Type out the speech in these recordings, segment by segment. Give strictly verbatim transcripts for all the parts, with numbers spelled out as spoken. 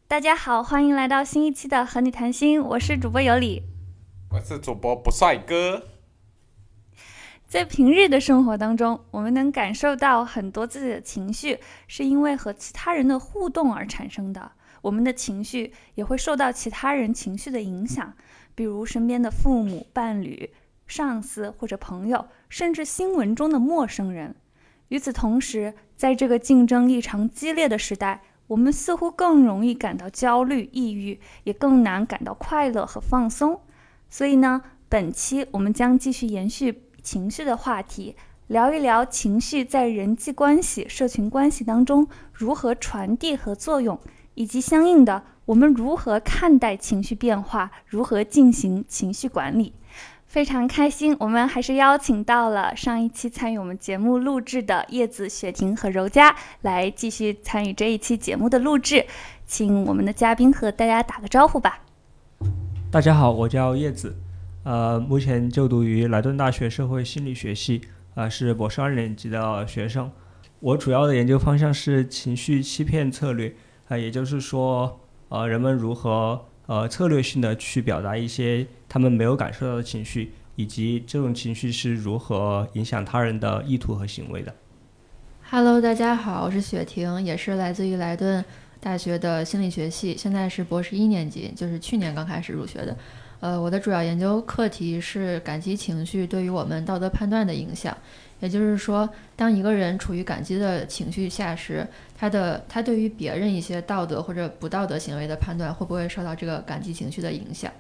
大家好，欢迎来到新一期的和你谈心，我是主播有理， 我是主播不帅哥。 在平日的生活当中，我们能感受到很多自己的情绪是因为和其他人的互动而产生的，我们的情绪也会受到其他人情绪的影响，比如身边的父母、伴侣、上司或者朋友，甚至新闻中的陌生人。与此同时，在这个竞争异常激烈的时代，我们似乎更容易感到焦虑、抑郁，也更难感到快乐和放松。所以呢，本期我们将继续延续情绪的话题，聊一聊情绪在人际关系、社群关系当中如何传递和作用，以及相应的我们如何看待情绪变化，如何进行情绪管理。非常开心，我们还是邀请到了上一期参与我们节目录制的叶子、雪婷和柔佳来继续参与这一期节目的录制，请我们的嘉宾和大家打个招呼吧。 大家好，我叫叶子，呃，目前就读于莱顿大学社会心理学系，呃，是博士二年级的学生。我主要的研究方向是情绪欺骗策略，呃，也就是说，呃，人们如何呃策略性的去表达一些他们没有感受到的情绪，以及这种情绪是如何影响他人的意图和行为的。 Hello， 大家好，我是雪婷，也是来自于莱顿大学的心理学系，现在是博士一年级，就是去年刚开始入学的。呃，我的主要研究课题是感激情绪对于我们道德判断的影响。也就是说，当一个人处于感激的情绪下时，他的他对于别人一些道德或者不道德行为的判断会不会受到这个感激情绪的影响。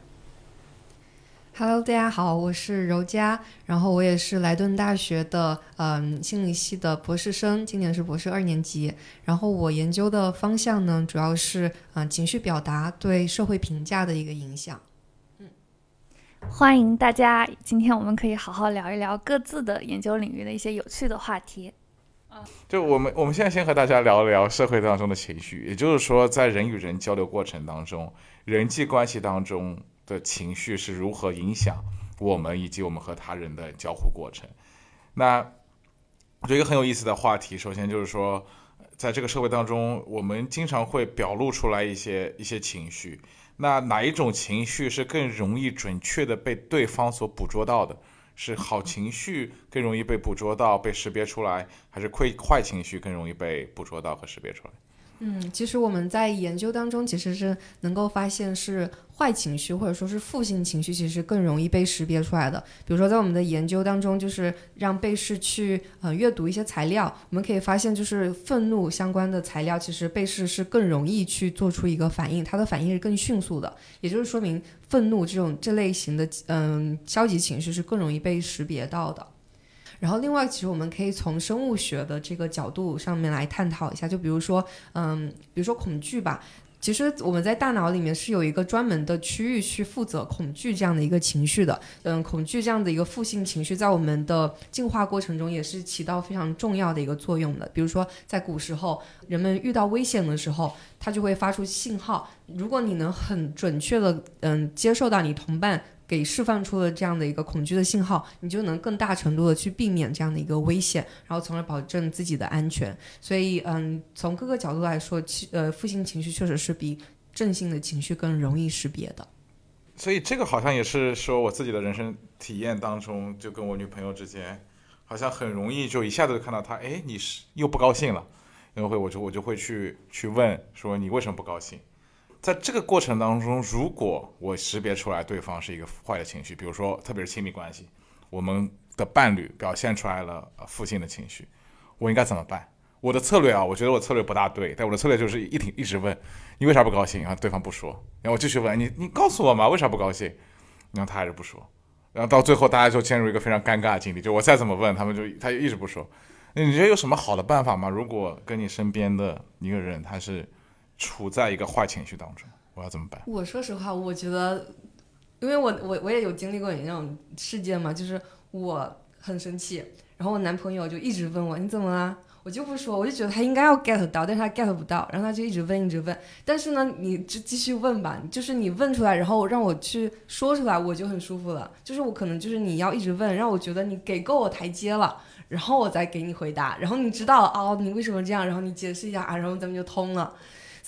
Hello， 大家好，我是柔佳，然后我也是莱顿大学的嗯心理系的博士生，今年是博士二年级。然后我研究的方向呢，主要是嗯情绪表达对社会评价的一个影响。嗯， 欢迎大家，今天我们可以好好聊一聊各自的研究领域的一些有趣的话题。 就我们我们现在先和大家聊一聊社会当中的情绪，也就是说，在人与人交流过程当中，人际关系当中的情绪是如何影响我们以及我们和他人的交互过程。那我觉得一个很有意思的话题，首先就是说，在这个社会当中，我们经常会表露出来一些一些情绪，那哪一种情绪是更容易准确的被对方所捕捉到的？是好情绪更容易被捕捉到、被识别出来，还是坏情绪更容易被捕捉到和识别出来？ 嗯，其实我们在研究当中其实是能够发现是坏情绪或者说是负性情绪其实更容易被识别出来的。比如说在我们的研究当中，就是让被试去呃阅读一些材料，我们可以发现就是愤怒相关的材料，其实被试是更容易去做出一个反应，它的反应是更迅速的，也就是说明愤怒这种这类型的嗯消极情绪是更容易被识别到的。然后另外其实我们可以从生物学的这个角度上面来探讨一下，就比如说嗯，比如说恐惧吧，其实我们在大脑里面是有一个专门的区域去负责恐惧这样的一个情绪的。嗯，恐惧这样的一个负性情绪在我们的进化过程中也是起到非常重要的一个作用的。比如说在古时候人们遇到危险的时候，它就会发出信号，如果你能很准确的嗯接受到你同伴给释放出了这样的一个恐惧的信号，你就能更大程度的去避免这样的一个危险，然后从而保证自己的安全。所以嗯，从各个角度来说，呃，负性情绪确实是比正性的情绪更容易识别的。 所以这个好像也是说我自己的人生体验当中，就跟我女朋友之间好像很容易就一下子就看到她，哎，你是又不高兴了，因为我就我就会去去问说你为什么不高兴。在这个过程当中，如果我识别出来对方是一个坏的情绪，比如说特别是亲密关系，我们的伴侣表现出来了负性的情绪，我应该怎么办？我的策略啊，我觉得我策略不大对，但我的策略就是一挺一直问你为啥不高兴，然后对方不说，然后我继续问你，你告诉我嘛，为啥不高兴？然后他还是不说，然后到最后大家就陷入一个非常尴尬的境地，就我再怎么问，他们就他就一直不说。你觉得有什么好的办法吗？如果跟你身边的一个人他是处在一个坏情绪当中，我要怎么办？ 我说实话，我觉得，因为我我我也有经历过你那种事件嘛，就是我很生气，然后我男朋友就一直问我你怎么啦，我就不说，我就觉得他应该要 get 到，但是他 get 不到，然后他就一直问一直问，但是呢，你就继续问吧，就是你问出来，然后让我去说出来，我就很舒服了。就是我可能就是你要一直问，让我觉得你给够我台阶了，然后我再给你回答，然后你知道哦，你为什么这样，然后你解释一下啊，然后咱们就通了。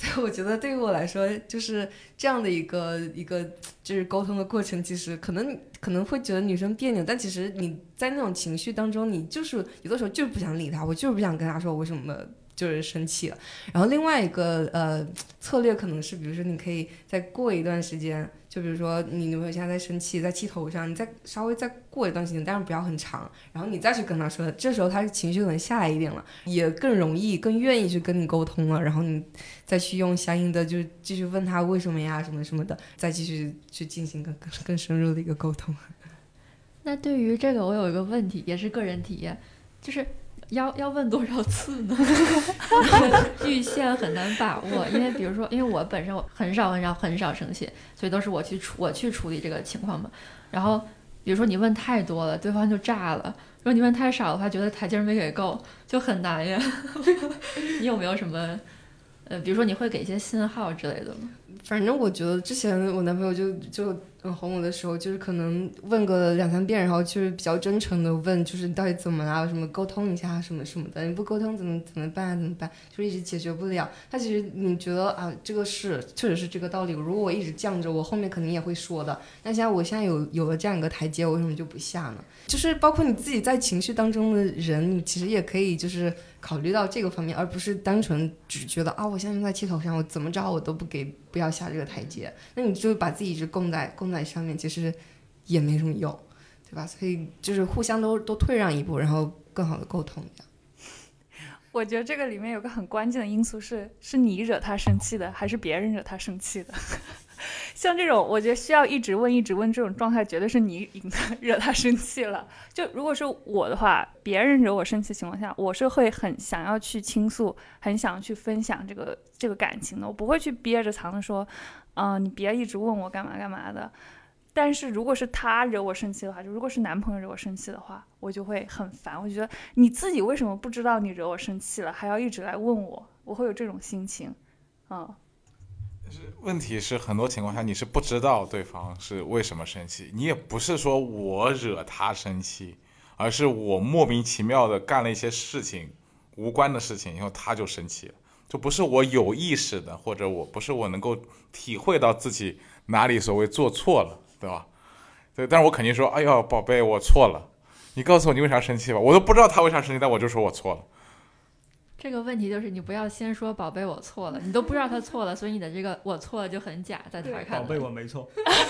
所以我觉得对于我来说，就是这样的一个一个就是沟通的过程，其实可能可能会觉得女生别扭，但其实你在那种情绪当中，你就是有的时候就是不想理他，我就是不想跟他说我为什么就是生气了。然后另外一个呃策略可能是，比如说你可以再过一段时间，就比如说你女朋友现在在生气，在气头上，你再稍微再过一段时间，但是不要很长，然后你再去跟她说，这时候她情绪可能下来一点了，也更容易更愿意去跟你沟通了，然后你再去用相应的就继续问她为什么呀什么什么的，再继续去进行更更更深入的一个沟通。 那对于这个我有一个问题，也是个人体验，就是要要问多少次呢？阈限很难把握，因为比如说，因为我本身我很少很少很少生气，所以都是我去处我去处理这个情况嘛。然后比如说你问太多了，对方就炸了；如果你问太少的话，觉得台阶没给够，就很难呀。你有没有什么呃，比如说你会给一些信号之类的吗？ 反正我觉得之前我男朋友就就嗯哄我的时候，就是可能问个两三遍，然后就是比较真诚的问，就是你到底怎么啦，什么沟通一下什么什么的，你不沟通怎么怎么办啊怎么办，就是一直解决不了。他其实你觉得啊，这个是确实是这个道理，如果我一直犟着，我后面肯定也会说的。那现在我现在有有了这样一个台阶，我为什么就不下呢？就是包括你自己在情绪当中的人，你其实也可以就是考虑到这个方面，而不是单纯只觉得啊，我现在在气头上，我怎么着我都不给不要下这个台阶，那你就把自己一直供在供在上面，其实也没什么用，对吧？所以就是互相都都退让一步，然后更好的沟通一下。 我觉得这个里面有个很关键的因素是，是你惹他生气的，还是别人惹他生气的？像这种，我觉得需要一直问、一直问这种状态，绝对是你惹他生气了。就如果是我的话，别人惹我生气的情况下，我是会很想要去倾诉，很想要去分享这个这个感情的，我不会去憋着藏着说，嗯、呃，你别一直问我干嘛干嘛的。但是如果是他惹我生气的话，就如果是男朋友惹我生气的话，我就会很烦。我觉得你自己为什么不知道你惹我生气了，还要一直来问我？我会有这种心情，嗯。 问题是很多情况下你是不知道对方是为什么生气，你也不是说我惹他生气，而是我莫名其妙的干了一些事情，无关的事情，然后他就生气了，就不是我有意识的，或者我不是我能够体会到自己哪里所谓做错了，对吧？对，但是我肯定说，哎呦宝贝我错了，你告诉我你为啥生气吧，我都不知道他为啥生气，但我就说我错了。 这个问题就是你不要先说宝贝我错了，你都不知道他错了，所以你的这个我错了就很假，在他看宝贝我没错。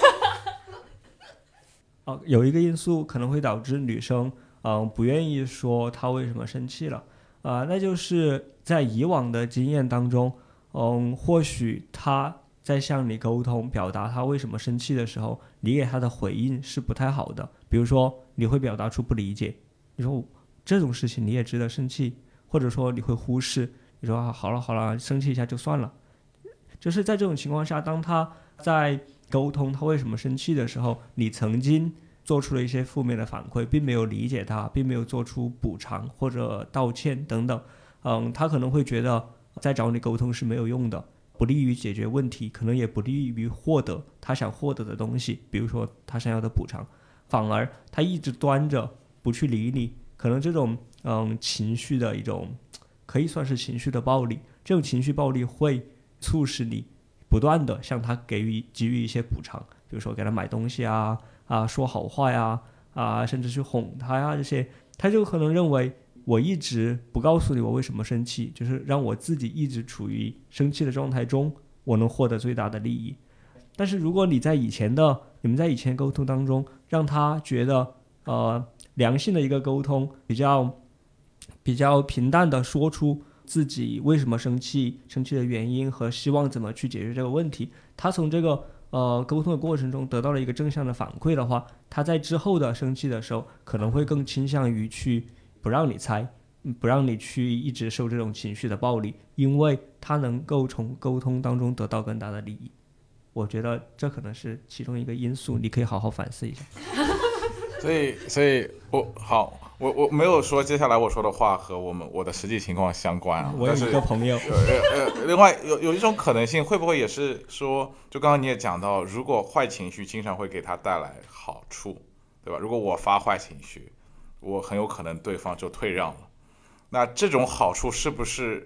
哦，有一个因素可能会导致女生嗯不愿意说她为什么生气了啊、呃，那就是在以往的经验当中，嗯，或许她在向你沟通表达她为什么生气的时候，你给她的回应是不太好的。比如说你会表达出不理解，你说这种事情你也值得生气，或者说你会忽视，你说、啊、好了好了，生气一下就算了。就是在这种情况下，当他在沟通他为什么生气的时候，你曾经做出了一些负面的反馈，并没有理解他，并没有做出补偿或者道歉等等，嗯，他可能会觉得再找你沟通是没有用的，不利于解决问题，可能也不利于获得他想获得的东西，比如说他想要的补偿，反而他一直端着不去理你，可能这种嗯情绪的一种可以算是情绪的暴力，这种情绪暴力会促使你不断的向他给予给予一些补偿，比如说给他买东西啊啊说好话呀啊，甚至去哄他呀，这些他就可能认为我一直不告诉你我为什么生气，就是让我自己一直处于生气的状态中，我能获得最大的利益。但是如果你在以前的你们在以前沟通当中，让他觉得呃良性的一个沟通，比较比较平淡的说出自己为什么生气，生气的原因和希望怎么去解决这个问题，他从这个呃沟通的过程中得到了一个正向的反馈的话，他在之后的生气的时候可能会更倾向于去不让你猜，不让你去一直受这种情绪的暴力，因为他能够从沟通当中得到更大的利益。我觉得这可能是其中一个因素，你可以好好反思一下。 所以，所以我好，我我没有说接下来我说的话和我们我的实际情况相关啊。 我有一个朋友， 呃呃，另外有有一种可能性，会不会也是说，就刚刚你也讲到，如果坏情绪经常会给他带来好处，对吧？如果我发坏情绪，我很有可能对方就退让了。那这种好处是不是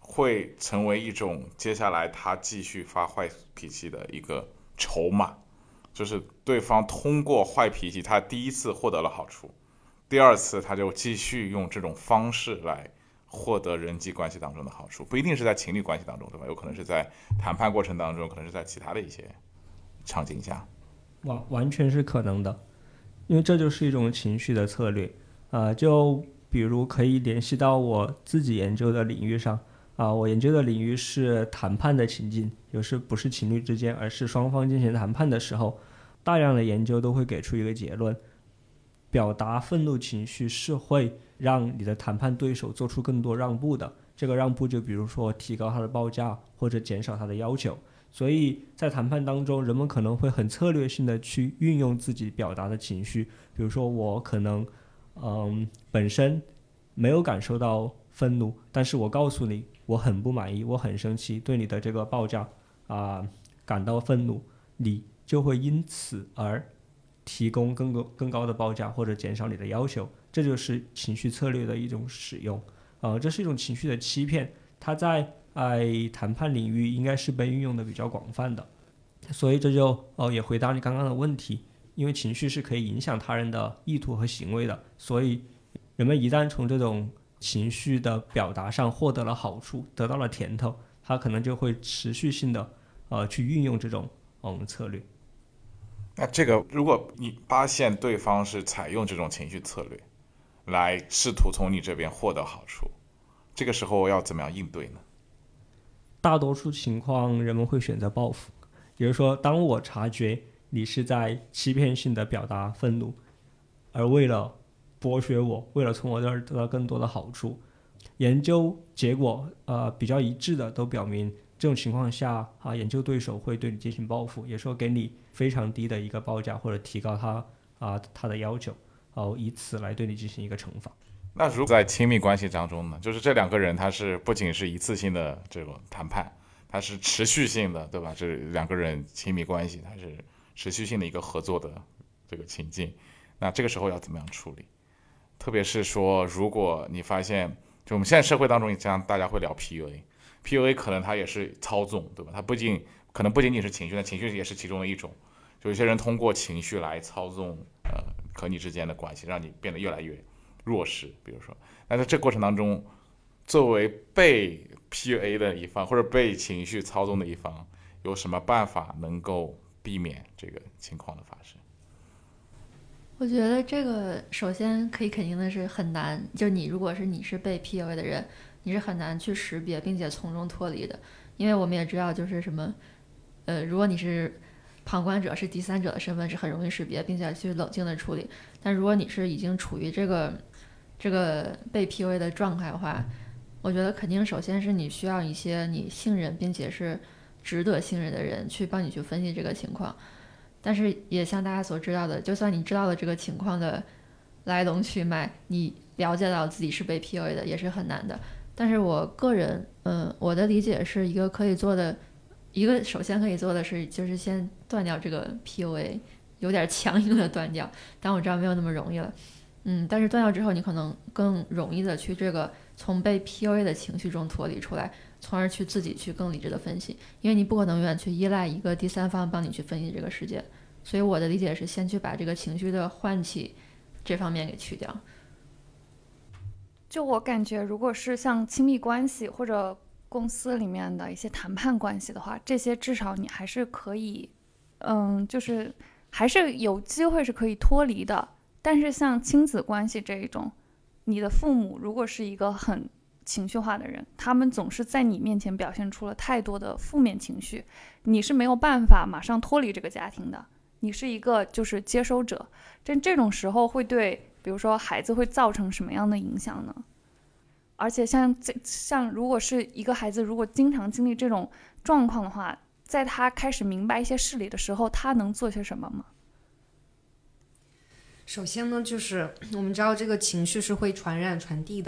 会成为一种接下来他继续发坏脾气的一个筹码，就是对方通过坏脾气，他第一次获得了好处，第二次他就继续用这种方式来获得人际关系当中的好处，不一定是在情侣关系当中，对吧？有可能是在谈判过程当中，可能是在其他的一些场景下， 完完全是可能的，因为这就是一种情绪的策略。呃，就比如可以联系到我自己研究的领域上，啊、呃，我研究的领域是谈判的情境，就是不是情侣之间，而是双方进行谈判的时候，大量的研究都会给出一个结论：表达愤怒情绪是会让你的谈判对手做出更多让步的。这个让步就比如说提高他的报价或者减少他的要求。所以在谈判当中，人们可能会很策略性的去运用自己表达的情绪，比如说我可能嗯本身没有感受到愤怒，但是我告诉你我很不满意，我很生气，对你的这个报价啊、呃、感到愤怒，你就会因此而提供更高更高的报价或者减少你的要求。这就是情绪策略的一种使用，呃，这是一种情绪的欺骗，它在呃谈判领域应该是被运用的比较广泛的。所以这就呃也回答你刚刚的问题，因为情绪是可以影响他人的意图和行为的，所以人们一旦从这种情绪的表达上获得了好处，得到了甜头，他可能就会持续性的呃去运用这种嗯策略。 那这个如果你发现对方是采用这种情绪策略来试图从你这边获得好处，这个时候要怎么样应对呢？ 大多数情况人们会选择报复，也就是说当我察觉你是在欺骗性的表达愤怒，而为了剥削我，为了从我这儿得到更多的好处，研究结果呃比较一致的都表明这种情况下啊，研究对手会对你进行报复，也说给你非常低的一个报价或者提高他啊他的要求，哦、啊，以此来对你进行一个惩罚。 那如果在亲密关系当中呢，就是这两个人他是不仅是一次性的这种谈判，它是持续性的，对吧？这两个人亲密关系它是持续性的一个合作的这个情境，那这个时候要怎么样处理？特别是说如果你发现就我们现在社会当中这样大家会聊 P U A P U A 可能它也是操纵，对吧？它不仅可能不仅仅是情绪，但情绪也是其中的一种，就有些人通过情绪来操纵呃和你之间的关系，让你变得越来越弱势，比如说，那在这过程当中，作为被 P U A 的一方或者被情绪操纵的一方，有什么办法能够避免这个情况的发生？ 我觉得这个首先可以肯定的是很难，就是你如果是你是被 P U A 的人，你是很难去识别并且从中脱离的，因为我们也知道就是什么，呃，如果你是旁观者，是第三者的身份，是很容易识别并且去冷静的处理，但如果你是已经处于这个这个被 P U A 的状态的话，我觉得肯定首先是你需要一些你信任并且是值得信任的人去帮你去分析这个情况。但是也像大家所知道的，就算你知道了这个情况的来龙去脉，你了解到自己是被 P U A 的也是很难的。但是我个人嗯，我的理解是一个可以做的一个首先可以做的是就是先断掉这个 P U A， 有点强硬的断掉，但我知道没有那么容易了。嗯，但是断掉之后你可能更容易的去这个从被 P U A 的情绪中脱离出来，从而去自己去更理智的分析，因为你不可能永远去依赖一个第三方帮你去分析这个世界。所以我的理解是先去把这个情绪的唤起这方面给去掉。 就我感觉如果是像亲密关系或者公司里面的一些谈判关系的话，这些至少你还是可以嗯，就是还是有机会是可以脱离的。但是像亲子关系这一种，你的父母如果是一个很情绪化的人，他们总是在你面前表现出了太多的负面情绪，你是没有办法马上脱离这个家庭的，你是一个就是接收者。但这种时候会对比如说孩子会造成什么样的影响呢？而且像像如果是一个孩子如果经常经历这种状况的话，在他开始明白一些事理的时候，他能做些什么吗？ 首先呢，就是我们知道这个情绪是会传染传递的，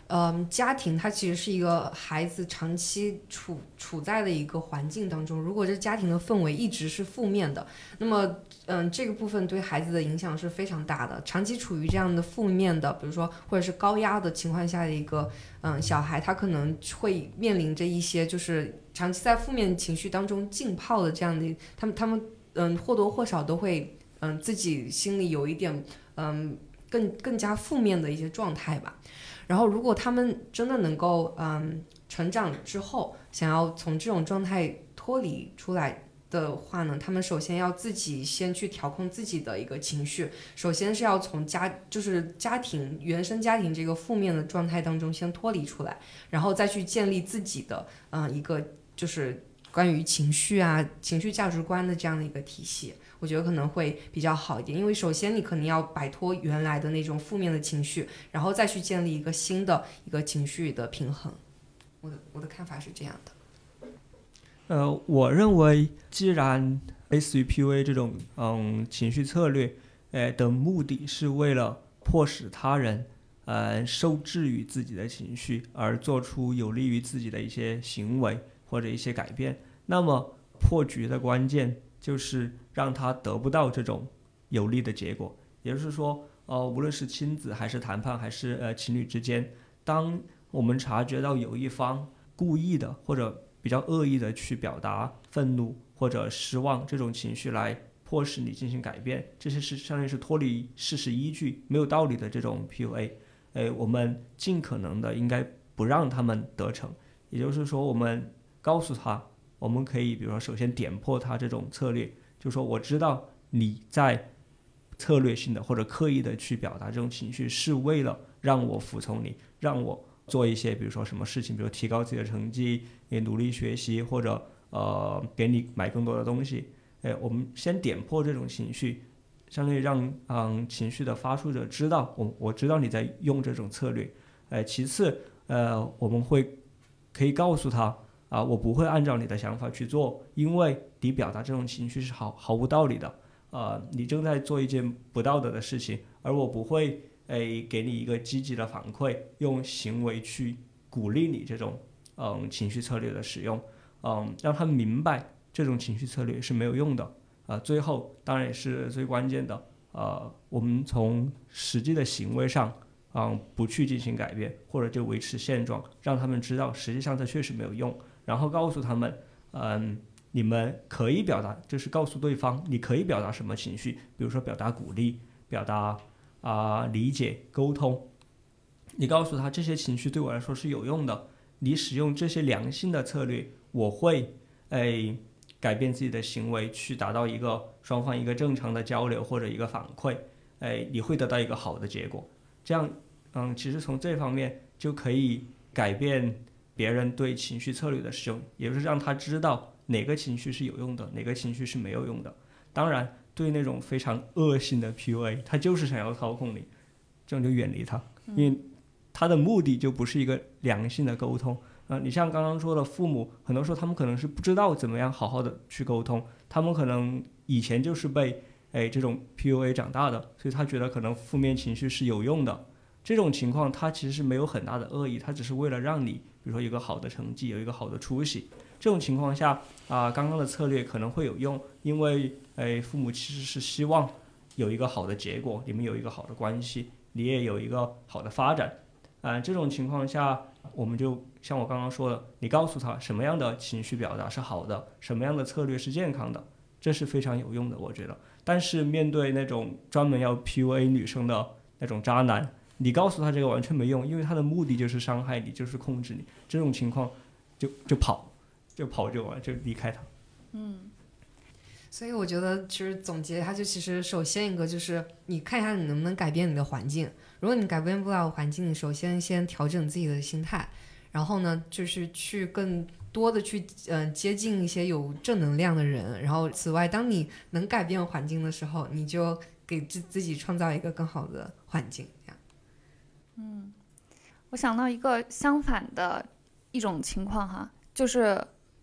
嗯，家庭它其实是一个孩子长期处处在的一个环境当中，如果这家庭的氛围一直是负面的，那么嗯，这个部分对孩子的影响是非常大的。长期处于这样的负面的，比如说或者是高压的情况下的一个嗯小孩，他可能会面临着一些就是长期在负面情绪当中浸泡的这样的，他们他们嗯或多或少都会嗯自己心里有一点嗯更更加负面的一些状态吧。然后如果他们真的能够嗯成长之后，想要从这种状态脱离出来的话呢，他们首先要自己先去调控自己的一个情绪，首先是要从家就是家庭原生家庭这个负面的状态当中先脱离出来，然后再去建立自己的嗯一个就是关于情绪啊情绪价值观的这样的一个体系，我觉得可能会比较好一点。因为首先你可能要摆脱原来的那种负面的情绪，然后再去建立一个新的一个情绪的平衡。我的我的看法是这样的。 呃，我认为既然类似于 P U A 这种嗯情绪策略，呃的目的是为了迫使他人呃受制于自己的情绪，而做出有利于自己的一些行为或者一些改变，那么破局的关键就是让他得不到这种有利的结果。也就是说，呃，无论是亲子还是谈判还是呃情侣之间，当我们察觉到有一方故意的或者比较恶意的去表达愤怒或者失望这种情绪来迫使你进行改变，这些是相当于是脱离事实依据、没有道理的这种 P U A。哎，我们尽可能的应该不让他们得逞。也就是说，我们告诉他，我们可以比如说首先点破他这种策略，就说我知道你在策略性的或者刻意的去表达这种情绪，是为了让我服从你，让我做一些比如说什么事情，比如提高自己的成绩，也努力学习，或者呃给你买更多的东西。哎，我们先点破这种情绪，相当于让嗯情绪的发出者知道，我我知道你在用这种策略。哎，其次呃我们会可以告诉他啊，我不会按照你的想法去做，因为你表达这种情绪是毫毫无道理的。呃，你正在做一件不道德的事情，而我不会诶给你一个积极的反馈，用行为去鼓励你这种嗯情绪策略的使用，嗯，让他明白这种情绪策略是没有用的。啊、呃，最后当然也是最关键的，呃，我们从实际的行为上，嗯，不去进行改变，或者就维持现状，让他们知道实际上这确实没有用，然后告诉他们，嗯。你们可以表达，就是告诉对方你可以表达什么情绪，比如说表达鼓励，表达啊、呃、理解、沟通。你告诉他这些情绪对我来说是有用的，你使用这些良性的策略，我会哎改变自己的行为，去达到一个双方一个正常的交流或者一个反馈，哎，你会得到一个好的结果。这样，嗯，其实从这方面就可以改变别人对情绪策略的使用，也就是让他知道哪个情绪是有用的，哪个情绪是没有用的。当然，对那种非常恶性的 P U A， 他就是想要操控你，这样就远离他，因为他的目的就不是一个良性的沟通。呃，你像刚刚说的，父母很多时候他们可能是不知道怎么样好好的去沟通，他们可能以前就是被哎这种 P U A 长大的，所以他觉得可能负面情绪是有用的。这种情况他其实是没有很大的恶意，他只是为了让你比如说有一个好的成绩，有一个好的出息。这种情况下啊、呃，刚刚的策略可能会有用，因为哎父母其实是希望有一个好的结果，你们有一个好的关系，你也有一个好的发展。啊、呃，这种情况下，我们就像我刚刚说的，你告诉他什么样的情绪表达是好的，什么样的策略是健康的，这是非常有用的，我觉得。但是面对那种专门要 P U A 女生的那种渣男，你告诉他这个完全没用，因为他的目的就是伤害你，就是控制你。这种情况就就跑，就跑就完，就离开他。 嗯。 所以我觉得其实总结它就其实首先一个就是你看一下你能不能改变你的环境，如果你改变不了环境，你首先先调整自己的心态，然后呢就是去更多的去呃接近一些有正能量的人，然后此外当你能改变环境的时候，你就给自自己创造一个更好的环境，这样。 嗯，我想到一个相反的一种情况哈，就是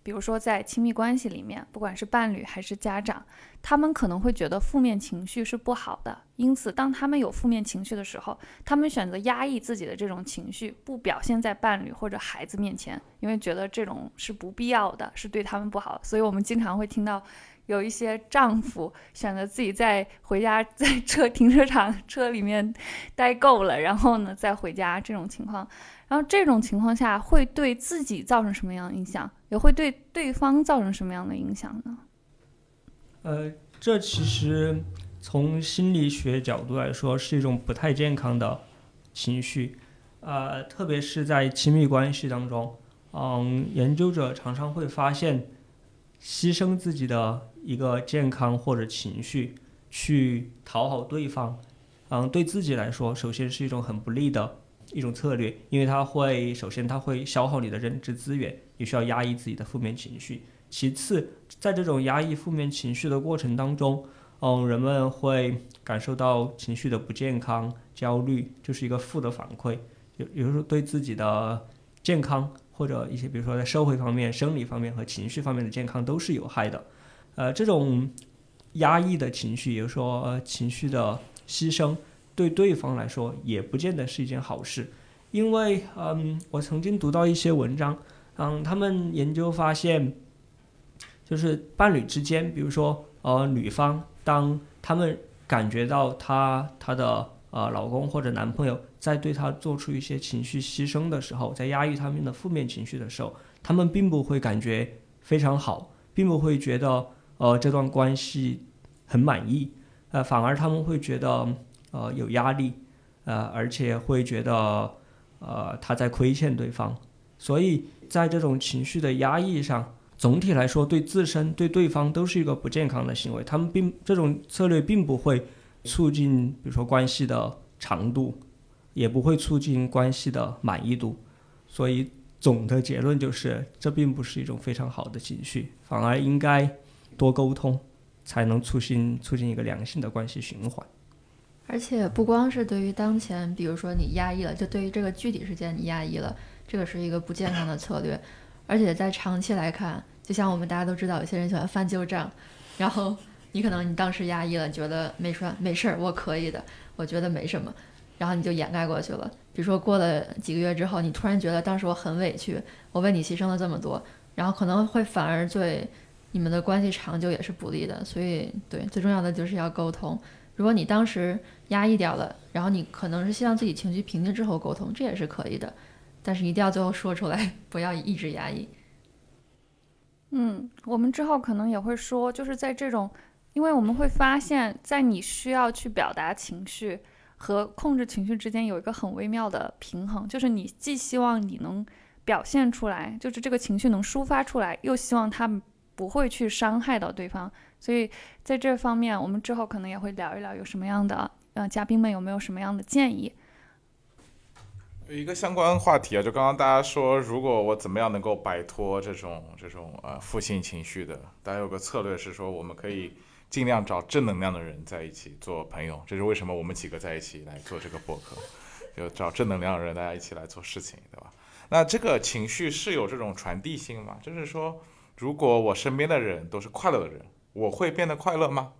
比如说在亲密关系里面，不管是伴侣还是家长，他们可能会觉得负面情绪是不好的，因此当他们有负面情绪的时候，他们选择压抑自己的这种情绪，不表现在伴侣或者孩子面前，因为觉得这种是不必要的，是对他们不好。所以我们经常会听到有一些丈夫选择自己在回家在车停车场车里面待够了，然后呢再回家，这种情况，然后这种情况下会对自己造成什么样的影响，也会对对方造成什么样的影响呢？ 呃，这其实从心理学角度来说是一种不太健康的情绪，呃，特别是在亲密关系当中，嗯，研究者常常会发现，牺牲自己的一个健康或者情绪去讨好对方，嗯，对自己来说，首先是一种很不利的一种策略，因为它会首先它会消耗你的认知资源，你需要压抑自己的负面情绪。其次，在这种压抑负面情绪的过程当中，嗯，人们会感受到情绪的不健康、焦虑，就是一个负的反馈。有有时候对自己的健康或者一些比如说在社会方面、生理方面和情绪方面的健康都是有害的。呃，这种压抑的情绪，也就是说、呃、情绪的牺牲，对对方来说也不见得是一件好事。因为嗯，我曾经读到一些文章，嗯，他们研究发现，就是伴侣之间，比如说呃女方当他们感觉到她她的呃老公或者男朋友在对她做出一些情绪牺牲的时候，在压抑他们的负面情绪的时候，他们并不会感觉非常好，并不会觉得呃这段关系很满意，呃反而他们会觉得呃有压力，呃而且会觉得呃他在亏欠对方。所以在这种情绪的压抑上，总体来说对自身对对方都是一个不健康的行为。他们并这种策略并不会促进比如说关系的长度，也不会促进关系的满意度。所以总的结论就是这并不是一种非常好的情绪，反而应该多沟通，才能促进促进一个良性的关系循环。 而且不光是对于当前，比如说你压抑了，就对于这个具体事件你压抑了，这个是一个不健康的策略。而且在长期来看，就像我们大家都知道，有些人喜欢翻旧账，然后你可能你当时压抑了，觉得没事没事我可以的，我觉得没什么，然后你就掩盖过去了。比如说过了几个月之后，你突然觉得当时我很委屈，我为你牺牲了这么多，然后可能会反而对你们的关系长久也是不利的。所以对，最重要的就是要沟通。如果你当时压抑掉了，然后你可能是希望自己情绪平静之后沟通，这也是可以的，但是一定要最后说出来，不要一直压抑。 嗯，我们之后可能也会说，就是在这种，因为我们会发现在你需要去表达情绪和控制情绪之间有一个很微妙的平衡，就是你既希望你能表现出来，就是这个情绪能抒发出来，又希望它不会去伤害到对方。所以在这方面我们之后可能也会聊一聊有什么样的呃，嘉宾们有没有什么样的建议。 一个相关话题啊，就刚刚大家说，如果我怎么样能够摆脱这种这种呃负性情绪的，大家有个策略是说，我们可以尽量找正能量的人在一起做朋友。这是为什么我们几个在一起来做这个播客，就找正能量的人，大家一起来做事情，对吧？那这个情绪是有这种传递性吗？就是说，如果我身边的人都是快乐的人，我会变得快乐吗？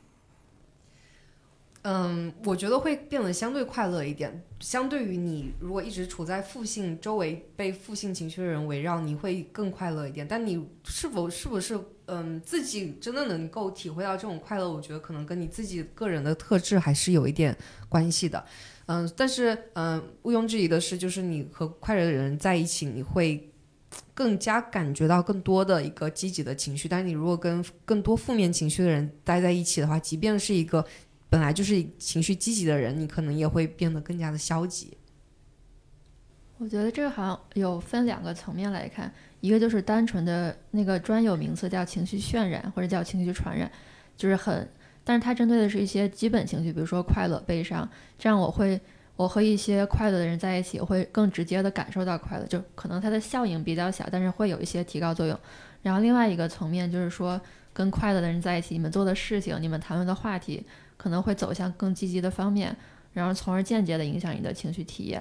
嗯，我觉得会变得相对快乐一点。相对于你如果一直处在负性周围，被负性情绪的人围绕，你会更快乐一点。但你是否是不是嗯自己真的能够体会到这种快乐，我觉得可能跟你自己个人的特质还是有一点关系的。嗯，但是嗯毋庸置疑的是，就是你和快乐的人在一起，你会更加感觉到更多的一个积极的情绪。但是你如果跟更多负面情绪的人待在一起的话，即便是一个本来就是情绪积极的人，你可能也会变得更加的消极。 我觉得这个好像有分两个层面来看，一个就是单纯的那个专有名词叫情绪渲染或者叫情绪传染，就是很，但是它针对的是一些基本情绪，比如说快乐、悲伤，这样我会我和一些快乐的人在一起，我会更直接的感受到快乐，就可能它的效应比较小，但是会有一些提高作用。然后另外一个层面就是说，跟快乐的人在一起，你们做的事情，你们谈论的话题可能会走向更积极的方面，然后从而间接的影响你的情绪体验。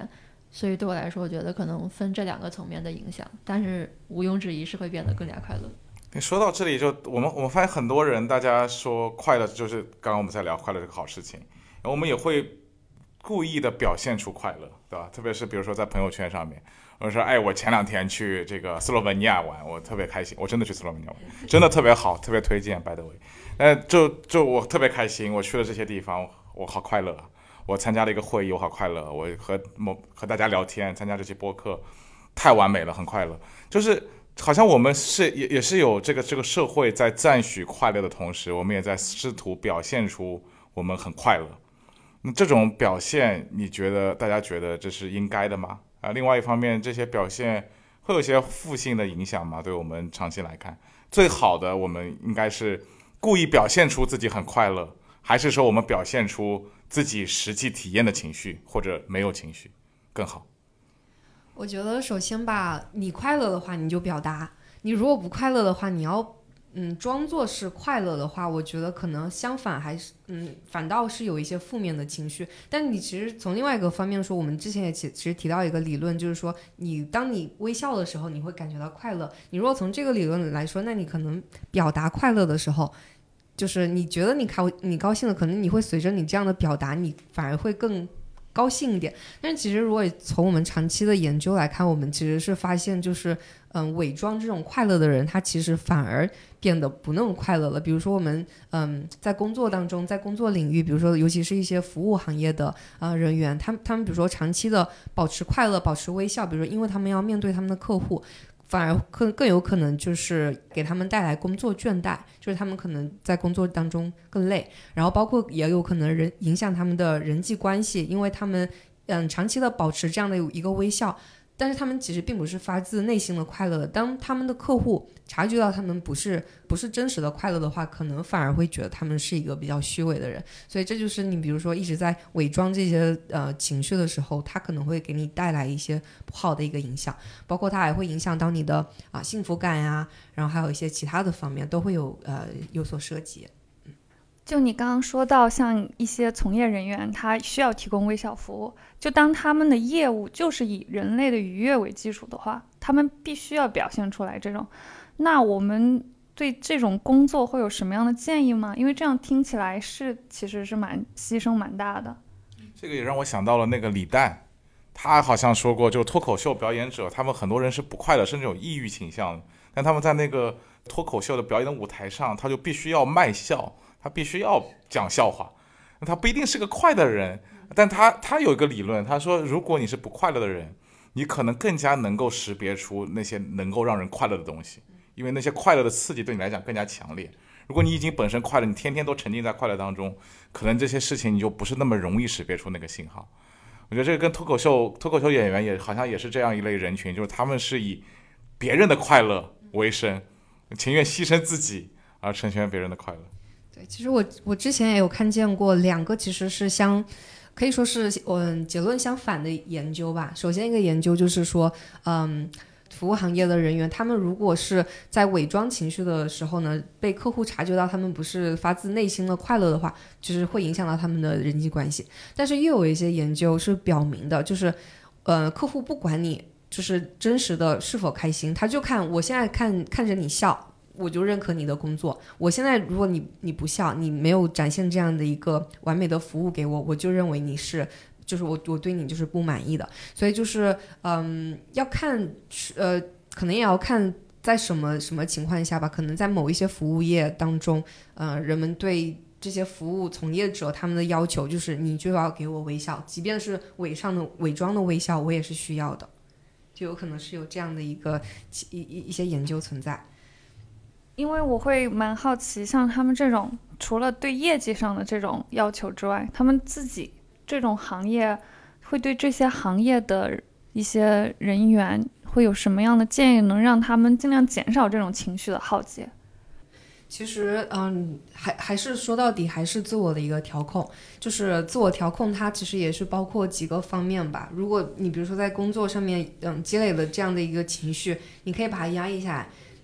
所以对我来说，我觉得可能分这两个层面的影响，但是毋庸置疑是会变得更加快乐。 你说到这里就，我们我们发现很多人，大家说快乐就是刚刚我们在聊快乐这个好事情，然后我们也会故意的表现出快乐，对吧？特别是比如说在朋友圈上面，我说哎，我前两天去这个斯洛文尼亚玩，我特别开心，我真的去斯洛文尼亚玩，真的特别好，特别推荐 by the way。呃，就就我特别开心，我去了这些地方，我好快乐。我参加了一个会议，我好快乐。我和某和大家聊天，参加这些播客，太完美了，很快乐。就是好像我们是也也是有这个这个社会在赞许快乐的同时，我们也在试图表现出我们很快乐。那这种表现，你觉得大家觉得这是应该的吗？啊，另外一方面，这些表现会有一些负性的影响吗？对我们长期来看，最好的我们应该是故意表现出自己很快乐，还是说我们表现出自己实际体验的情绪，或者没有情绪更好？ 我觉得首先吧，你快乐的话你就表达，你如果不快乐的话，你要嗯装作是快乐的话，我觉得可能相反还是嗯反倒是有一些负面的情绪。但你其实从另外一个方面说，我们之前也其实提到一个理论，就是说你当你微笑的时候，你会感觉到快乐。你如果从这个理论来说，那你可能表达快乐的时候，就是你觉得你开你高兴了，可能你会随着你这样的表达，你反而会更高兴一点。但是其实如果从我们长期的研究来看，我们其实是发现就是嗯，伪装这种快乐的人，他其实反而变得不那么快乐了。比如说我们嗯在工作当中，在工作领域，比如说尤其是一些服务行业的呃人员，他们他们比如说长期的保持快乐，保持微笑，比如说因为他们要面对他们的客户，反而更更有可能就是给他们带来工作倦怠，就是他们可能在工作当中更累，然后包括也有可能人影响他们的人际关系，因为他们嗯长期的保持这样的一个微笑，但是他们其实并不是发自内心的快乐的。当他们的客户察觉到他们不是不是真实的快乐的话，可能反而会觉得他们是一个比较虚伪的人。所以这就是你比如说一直在伪装这些呃情绪的时候，它可能会给你带来一些不好的一个影响，包括它还会影响到你的啊、呃、幸福感呀，然后还有一些其他的方面都会有呃有所涉及。 就你刚刚说到像一些从业人员，他需要提供微笑服务，就当他们的业务就是以人类的愉悦为基础的话，他们必须要表现出来这种。那我们对这种工作会有什么样的建议吗？因为这样听起来是其实是蛮牺牲蛮大的。 这个也让我想到了那个李诞，他好像说过，就脱口秀表演者，他们很多人是不快乐，甚至有抑郁倾向，但他们在那个脱口秀的表演的舞台上，他就必须要卖笑，他必须要讲笑话。他不一定是个快乐的人，但他他有一个理论，他说如果你是不快乐的人，你可能更加能够识别出那些能够让人快乐的东西，因为那些快乐的刺激对你来讲更加强烈。如果你已经本身快乐，你天天都沉浸在快乐当中，可能这些事情你就不是那么容易识别出那个信号。我觉得这个跟脱口秀脱口秀演员也好像也是这样一类人群，就是他们是以别人的快乐为生，情愿牺牲自己而成全别人的快乐。 对，其实我我之前也有看见过两个其实是相可以说是嗯结论相反的研究吧。首先一个研究就是说嗯服务行业的人员，他们如果是在伪装情绪的时候呢，被客户察觉到他们不是发自内心的快乐的话，就是会影响到他们的人际关系。但是又有一些研究是表明的，就是呃客户不管你就是真实的是否开心，他就看我现在看看着你笑，我就认可你的工作。我现在如果你你不笑，你没有展现这样的一个完美的服务给我，我就认为你是就是我我对你就是不满意的。所以就是嗯要看呃可能也要看在什么什么情况下吧。可能在某一些服务业当中，呃人们对这些服务从业者他们的要求就是你就要给我微笑，即便是伪上的伪装的微笑我也是需要的，就有可能是有这样的一个一一一些研究存在。 因为我会蛮好奇，像他们这种除了对业绩上的这种要求之外，他们自己这种行业会对这些行业的一些人员会有什么样的建议，能让他们尽量减少这种情绪的浩劫？ 其实嗯还还是说到底还是自我的一个调控，就是自我调控它其实也是包括几个方面吧。如果你比如说在工作上面嗯积累了这样的一个情绪，你可以把它压抑下来，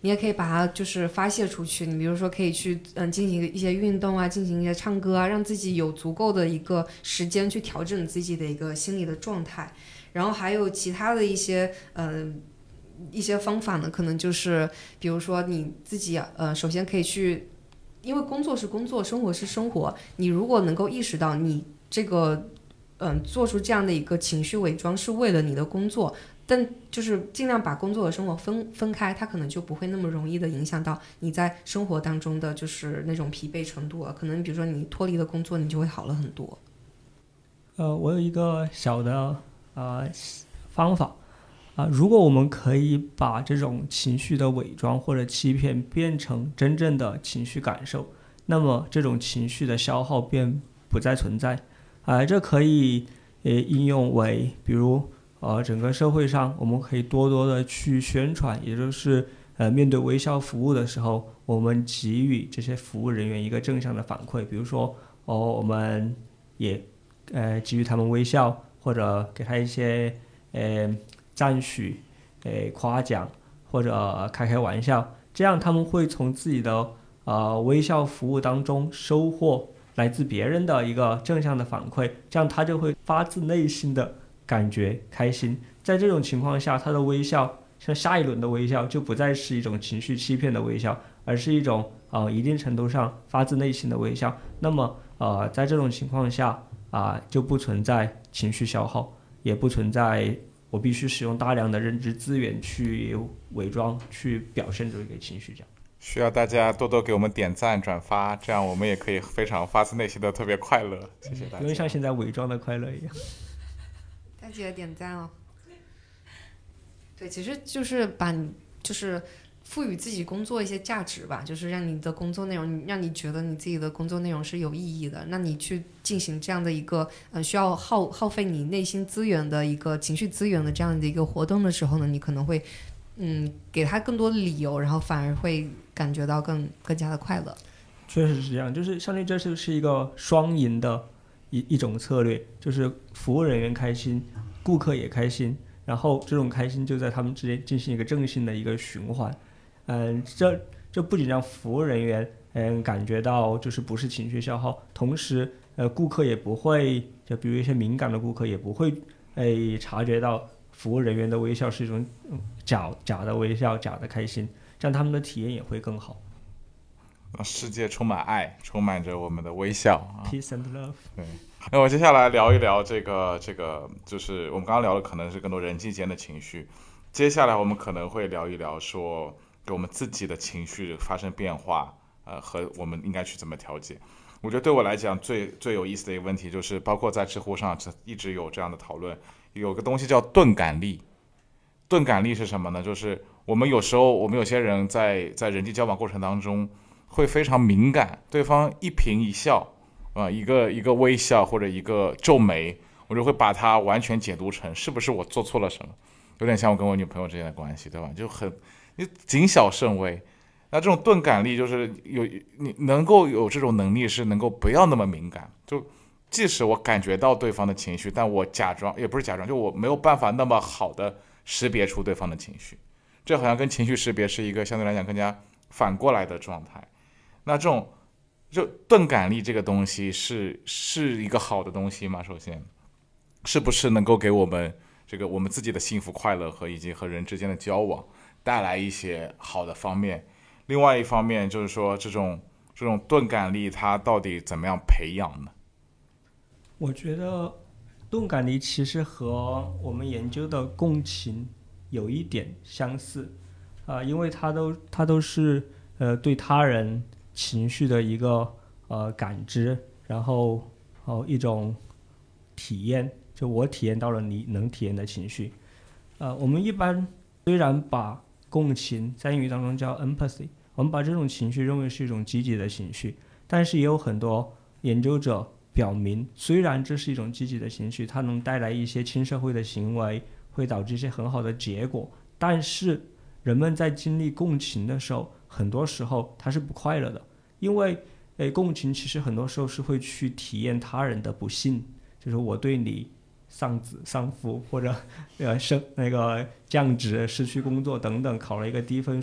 你也可以把它就是发泄出去。你比如说可以去嗯进行一些运动啊，进行一些唱歌啊，让自己有足够的一个时间去调整自己的一个心理的状态。然后还有其他的一些嗯。呃一些方法呢，可能就是比如说你自己呃，首先可以去，因为工作是工作，生活是生活，你如果能够意识到你这个嗯、呃、做出这样的一个情绪伪装是为了你的工作，但就是尽量把工作和生活分分开，它可能就不会那么容易的影响到你在生活当中的就是那种疲惫程度啊。可能比如说你脱离了工作，你就会好了很多。 呃，我有一个小的呃方法。啊，如果我们可以把这种情绪的伪装或者欺骗变成真正的情绪感受，那么这种情绪的消耗便不再存在。啊、呃，这可以呃应用为，比如呃整个社会上，我们可以多多的去宣传，也就是呃面对微笑服务的时候，我们给予这些服务人员一个正向的反馈，比如说哦，我们也呃给予他们微笑，或者给他一些呃。赞许、诶夸奖或者开开玩笑，这样他们会从自己的呃微笑服务当中收获来自别人的一个正向的反馈，这样他就会发自内心的感觉开心。在这种情况下，他的微笑，像下一轮的微笑，就不再是一种情绪欺骗的微笑，而是一种呃一定程度上发自内心的微笑。那么呃在这种情况下啊、呃，就不存在情绪消耗，也不存在我必须使用大量的认知资源去伪装、去表现这个情绪，这样需要大家多多给我们点赞、转发，这样我们也可以非常发自内心的特别快乐。谢谢大家。 因为像现在伪装的快乐一样。 大家点赞哦。对，其实就是把你就是赋予自己工作一些价值吧，就是让你的工作内容，让你觉得你自己的工作内容是有意义的。那你去进行这样的一个呃需要耗耗费你内心资源的一个情绪资源的这样的一个活动的时候呢，你可能会嗯给他更多的理由，然后反而会感觉到更更加的快乐。 确实是这样，就是相当于这是一个双赢的一一种策略，就是服务人员开心，顾客也开心，然后这种开心就在他们之间进行一个正性的一个循环。嗯，这这不仅让服务人员嗯感觉到就是不是情绪消耗，同时呃顾客也不会，就比如一些敏感的顾客也不会诶察觉到服务人员的微笑是一种、嗯、假假的微笑、假的开心，这样他们的体验也会更好。 世界充满爱，充满着我们的微笑。 Peace and love。 对，那我接下来聊一聊这个这个，就是我们刚刚聊的可能是更多人际间的情绪，接下来我们可能会聊一聊说给我们自己的情绪发生变化，呃，和我们应该去怎么调节。我觉得对我来讲最最有意思的一个问题就是，包括在知乎上一直有这样的讨论，有个东西叫钝感力。钝感力是什么呢？就是我们有时候我们有些人在在人际交往过程当中会非常敏感，对方一颦一笑啊、呃，一个一个微笑或者一个皱眉，我就会把它完全解读成是不是我做错了什么，有点像我跟我女朋友之间的关系，对吧？就很你谨小慎微。那这种钝感力就是有你能够有这种能力，是能够不要那么敏感，就即使我感觉到对方的情绪，但我假装也不是假装，就我没有办法那么好的识别出对方的情绪，这好像跟情绪识别是一个相对来讲更加反过来的状态。那这种就钝感力这个东西是是一个好的东西吗？首先，是不是能够给我们这个我们自己的幸福快乐和以及和人之间的交往带来一些好的方面？另外一方面就是说，这种这种钝感力它到底怎么样培养呢？ 我觉得钝感力其实和我们研究的共情有一点相似，啊、呃，因为它都它都是呃对他人情绪的一个呃感知，然后哦、呃、一种体验，就我体验到了你能体验的情绪。呃，我们一般虽然把共情在英语当中叫 empathy， 我们把这种情绪认为是一种积极的情绪，但是也有很多研究者表明，虽然这是一种积极的情绪，它能带来一些亲社会的行为，会导致一些很好的结果，但是人们在经历共情的时候，很多时候它是不快乐的，因为诶，共情其实很多时候是会去体验他人的不幸，就是我对你丧子丧夫或者呃升那个降职失去工作等等考了一个低分数，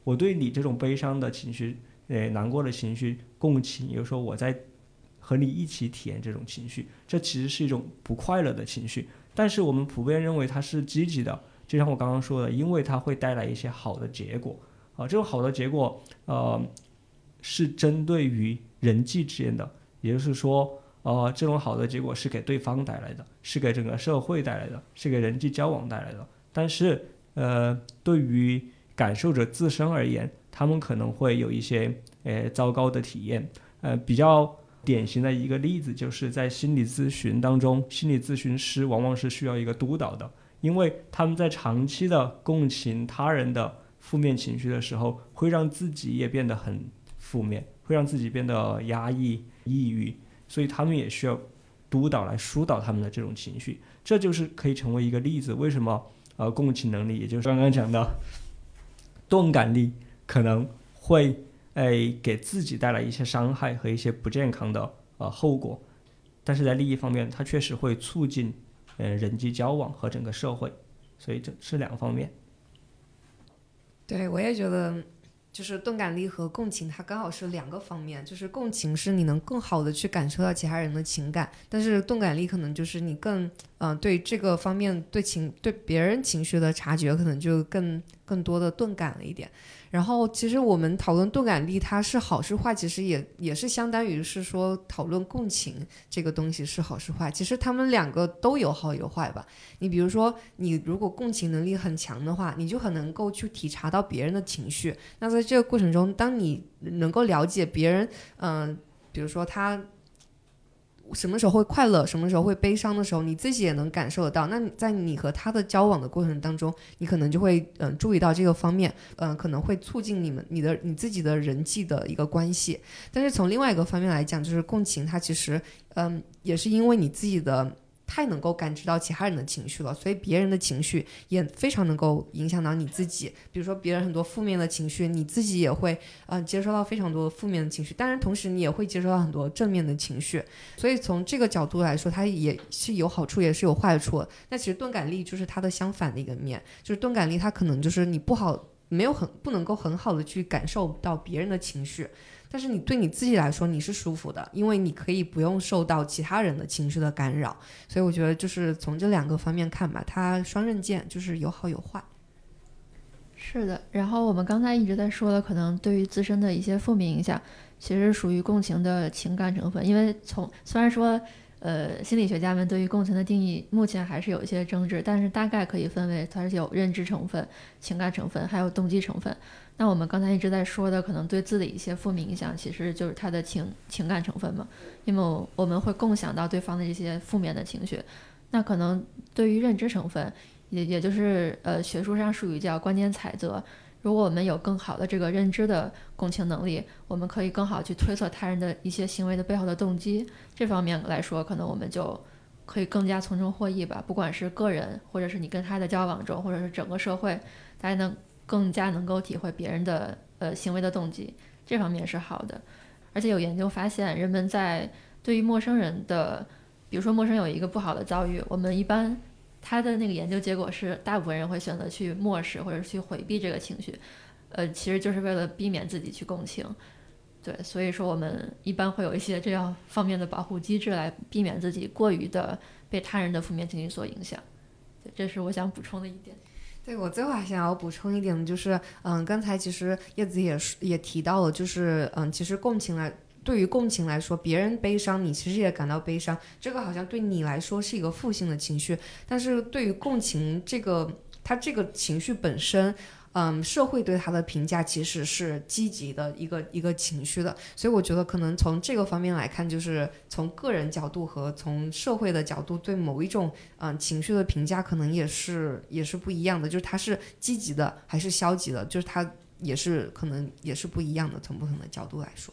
我对你这种悲伤的情绪、呃难过的情绪共情，有时候我在和你一起体验这种情绪，这其实是一种不快乐的情绪，但是我们普遍认为它是积极的，就像我刚刚说的，因为它会带来一些好的结果啊，这种好的结果呃是针对于人际之间的，也就是说呃这种好的结果是给对方带来的，是给整个社会带来的，是给人际交往带来的，但是呃对于感受者自身而言，他们可能会有一些呃糟糕的体验。呃比较典型的一个例子就是在心理咨询当中，心理咨询师往往是需要一个督导的，因为他们在长期的共情他人的负面情绪的时候，会让自己也变得很负面，会让自己变得压抑抑郁，所以他们也需要督导来疏导他们的这种情绪，这就是可以成为一个例子，为什么呃共情能力，也就是刚刚讲的钝感力可能会诶给自己带来一些伤害和一些不健康的呃后果，但是在另一方面，它确实会促进呃人际交往和整个社会，所以这是两方面。 对，我也觉得就是钝感力和共情它刚好是两个方面，就是共情是你能更好的去感受到其他人的情感，但是钝感力可能就是你更嗯、呃、对这个方面对情对别人情绪的察觉可能就更更多的钝感了一点。然后其实我们讨论钝感力它是好是坏，其实也也是相当于是说讨论共情这个东西是好是坏，其实他们两个都有好有坏吧。你比如说你如果共情能力很强的话，你就很能够去体察到别人的情绪，那在这个过程中当你能够了解别人嗯、呃，比如说他什么时候会快乐什么时候会悲伤的时候，你自己也能感受得到，那在你和他的交往的过程当中，你可能就会嗯、呃、注意到这个方面，嗯、呃、可能会促进你们你的你自己的人际的一个关系。但是从另外一个方面来讲，就是共情它其实嗯、呃、也是因为你自己的太能够感知到其他人的情绪了，所以别人的情绪也非常能够影响到你自己。比如说别人很多负面的情绪，你自己也会呃接收到非常多负面的情绪，当然同时你也会接收到很多正面的情绪，所以从这个角度来说，它也是有好处也是有坏处的。那其实钝感力就是它的相反的一个面，就是钝感力它可能就是你不好没有很不能够很好的去感受到别人的情绪，但是你对你自己来说你是舒服的，因为你可以不用受到其他人的情绪的干扰。所以我觉得就是从这两个方面看吧，它双刃剑，就是有好有坏。 是的，然后我们刚才一直在说的，可能对于自身的一些负面影响，其实属于共情的情感成分。因为从虽然说呃，心理学家们对于共情的定义目前还是有一些争执，但是大概可以分为它是有认知成分、情感成分还有动机成分。那我们刚才一直在说的可能对自己一些负面影响，其实就是它的情情感成分嘛，因为我们会共享到对方的这些负面的情绪。那可能对于认知成分，也也就是呃学术上术语叫关键采择，如果我们有更好的这个认知的共情能力，我们可以更好去推测他人的一些行为的背后的动机，这方面来说可能我们就可以更加从中获益吧。不管是个人或者是你跟他的交往中，或者是整个社会，大家能更加能够体会别人的呃行为的动机，这方面是好的。而且有研究发现，人们在对于陌生人的，比如说陌生有一个不好的遭遇，我们一般他的那个研究结果是大部分人会选择去漠视或者去回避这个情绪，呃，其实就是为了避免自己去共情。对，所以说我们一般会有一些这样方面的保护机制来避免自己过于的被他人的负面情绪所影响。对，这是我想补充的一点。 对，我最后还想要补充一点，就是嗯，刚才其实叶子也也提到了，就是嗯，其实共情来对于共情来说，别人悲伤，你其实也感到悲伤，这个好像对你来说是一个负性的情绪，但是对于共情这个，它这个情绪本身。嗯，社会对他的评价其实是积极的一个一个情绪的，所以我觉得可能从这个方面来看，就是从个人角度和从社会的角度对某一种嗯情绪的评价，可能也是也是不一样的，就是它是积极的还是消极的，就是它也是可能也是不一样的，从不同的角度来说。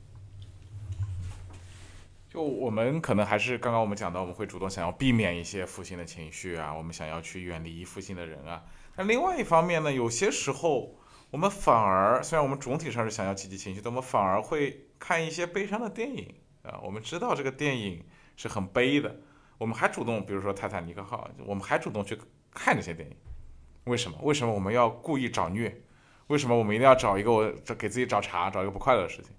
就我们可能还是刚刚我们讲到，我们会主动想要避免一些负性的情绪啊，我们想要去远离负性的人啊。但另外一方面呢，有些时候我们反而虽然我们总体上是想要积极情绪，但我们反而会看一些悲伤的电影啊。我们知道这个电影是很悲的，我们还主动，比如说《泰坦尼克号》，我们还主动去看这些电影。为什么？为什么我们要故意找虐？ 为什么我们一定要找一个我给自己找茬，找一个不快乐的事情？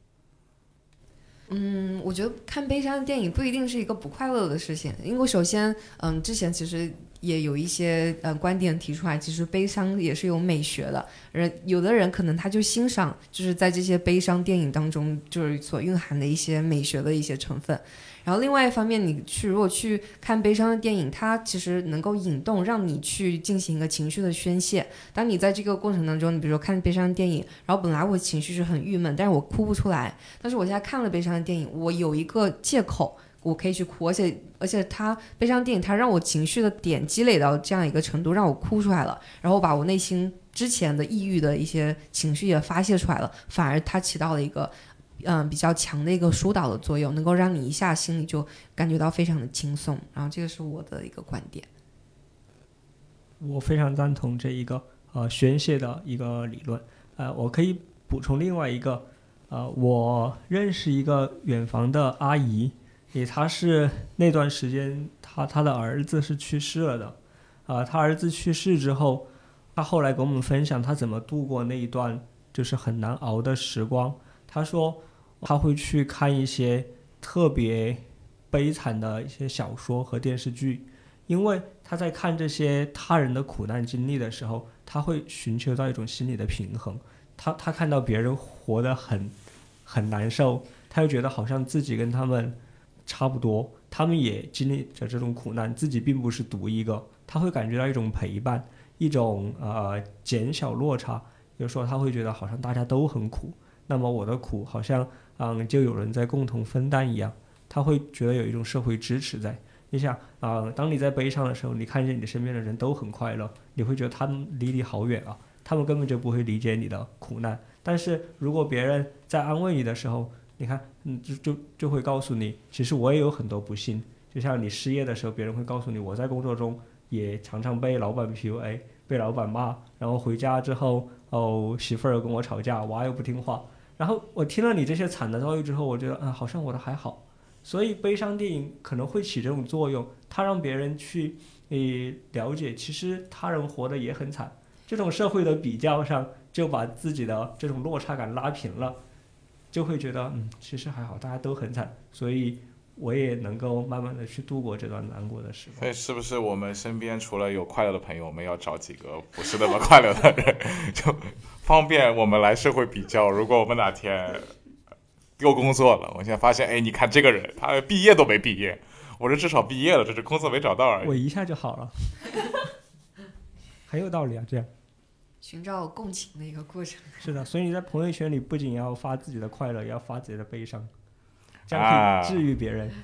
嗯，我觉得看悲伤的电影不一定是一个不快乐的事情，因为首先，嗯，之前其实也有一些呃观点提出来，其实悲伤也是有美学的，人有的人可能他就欣赏，就是在这些悲伤电影当中，就是所蕴含的一些美学的一些成分。然后另外一方面，你去如果去看悲伤的电影，它其实能够引动，让你去进行一个情绪的宣泄。当你在这个过程当中，你比如说看悲伤的电影，然后本来我情绪是很郁闷，但是我哭不出来，但是我现在看了悲伤的电影，我有一个借口我可以去哭，而且而且它悲伤电影它让我情绪的点积累到这样一个程度，让我哭出来了，然后把我内心之前的抑郁的一些情绪也发泄出来了，反而它起到了一个嗯比较强的一个疏导的作用，能够让你一下心里就感觉到非常的轻松，然后这个是我的一个观点。 我非常赞同这一个呃宣泄的一个理论。呃，我可以补充另外一个，呃，我认识一个远房的阿姨，也她是那段时间她她的儿子是去世了的，啊、呃，她儿子去世之后，她后来跟我们分享她怎么度过那一段就是很难熬的时光。她说她会去看一些特别悲惨的一些小说和电视剧，因为他在看这些他人的苦难经历的时候，他会寻求到一种心理的平衡。他他看到别人活得很很难受，他就觉得好像自己跟他们差不多，他们也经历着这种苦难，自己并不是独一个。他会感觉到一种陪伴，一种呃减小落差。有时候他会觉得好像大家都很苦，那么我的苦好像嗯就有人在共同分担一样。他会觉得有一种社会支持在。你想啊、呃，当你在悲伤的时候，你看见你身边的人都很快乐，你会觉得他们离你好远啊，他们根本就不会理解你的苦难。但是如果别人在安慰你的时候，你看，嗯，就就就会告诉你，其实我也有很多不幸。就像你失业的时候，别人会告诉你，我在工作中也常常被老板 P U A， 被老板骂，然后回家之后，哦，媳妇儿又跟我吵架，娃又不听话。然后我听了你这些惨的遭遇之后，我觉得，啊，好像我的还好。所以悲伤电影可能会起这种作用，它让别人去诶了解，其实他人活得也很惨。这种社会的比较上，就把自己的这种落差感拉平了，就会觉得嗯，其实还好，大家都很惨，所以我也能够慢慢的去度过这段难过的时光。 所以是不是我们身边除了有快乐的朋友，我们要找几个不是那么快乐的人，就方便我们来社会比较。如果我们哪天又工作了，我现在发现，哎，你看这个人，他毕业都没毕业，我这至少毕业了，只是工作没找到而已。 我一下就好了，很有道理啊，这样寻找共情的一个过程。 是的，所以你在朋友圈里不仅要发自己的快乐，也要发自己的悲伤，这样可以治愈别人。 啊、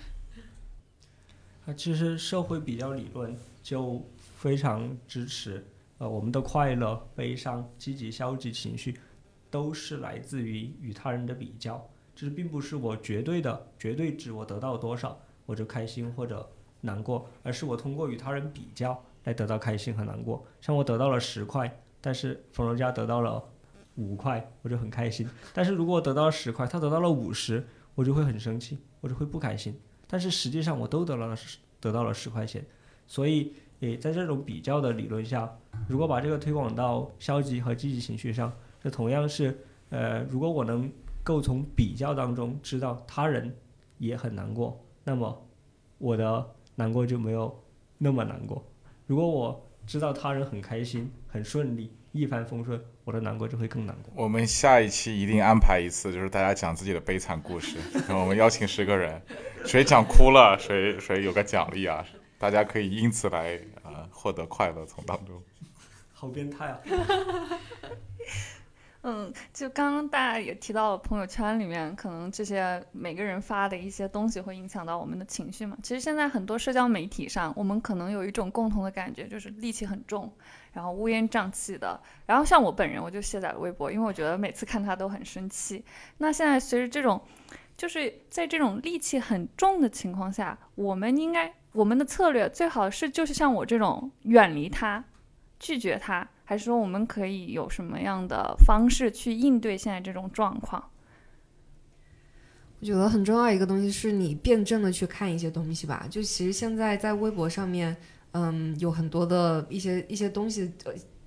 对。其实社会比较理论就非常支持，呃，我们的快乐、悲伤、积极、消极情绪。都是来自于与他人的比较，这并不是我绝对的绝对值，我得到多少我就开心或者难过，而是我通过与他人比较来得到开心和难过。像我得到了十块，但是冯柔佳得到了五块，我就很开心。但是如果我得到了十块，他得到了五十，我就会很生气，我就会不开心。但是实际上我都得到了得到了十块钱，所以也在这种比较的理论下，如果把这个推广到消极和积极情绪上。这同样是，呃，如果我能够从比较当中知道他人也很难过，那么我的难过就没有那么难过。如果我知道他人很开心、很顺利、一帆风顺，我的难过就会更难过。 我们下一期一定安排一次，就是大家讲自己的悲惨故事，我们邀请十个人，谁讲哭了，谁谁有个奖励啊，大家可以因此来呃获得快乐从当中。 好变态啊！ 嗯，就刚刚大家也提到了朋友圈里面可能这些每个人发的一些东西会影响到我们的情绪嘛。其实现在很多社交媒体上，我们可能有一种共同的感觉，就是戾气很重，然后乌烟瘴气的。然后像我本人，我就卸载了微博，因为我觉得每次看他都很生气。那现在随着这种就是在这种戾气很重的情况下，我们应该我们的策略最好是就是像我这种远离他，拒绝他，还是说我们可以有什么样的方式去应对现在这种状况？ 我觉得很重要一个东西是你辩证的去看一些东西吧。就其实现在在微博上面，嗯，有很多的一些一些东西，呃，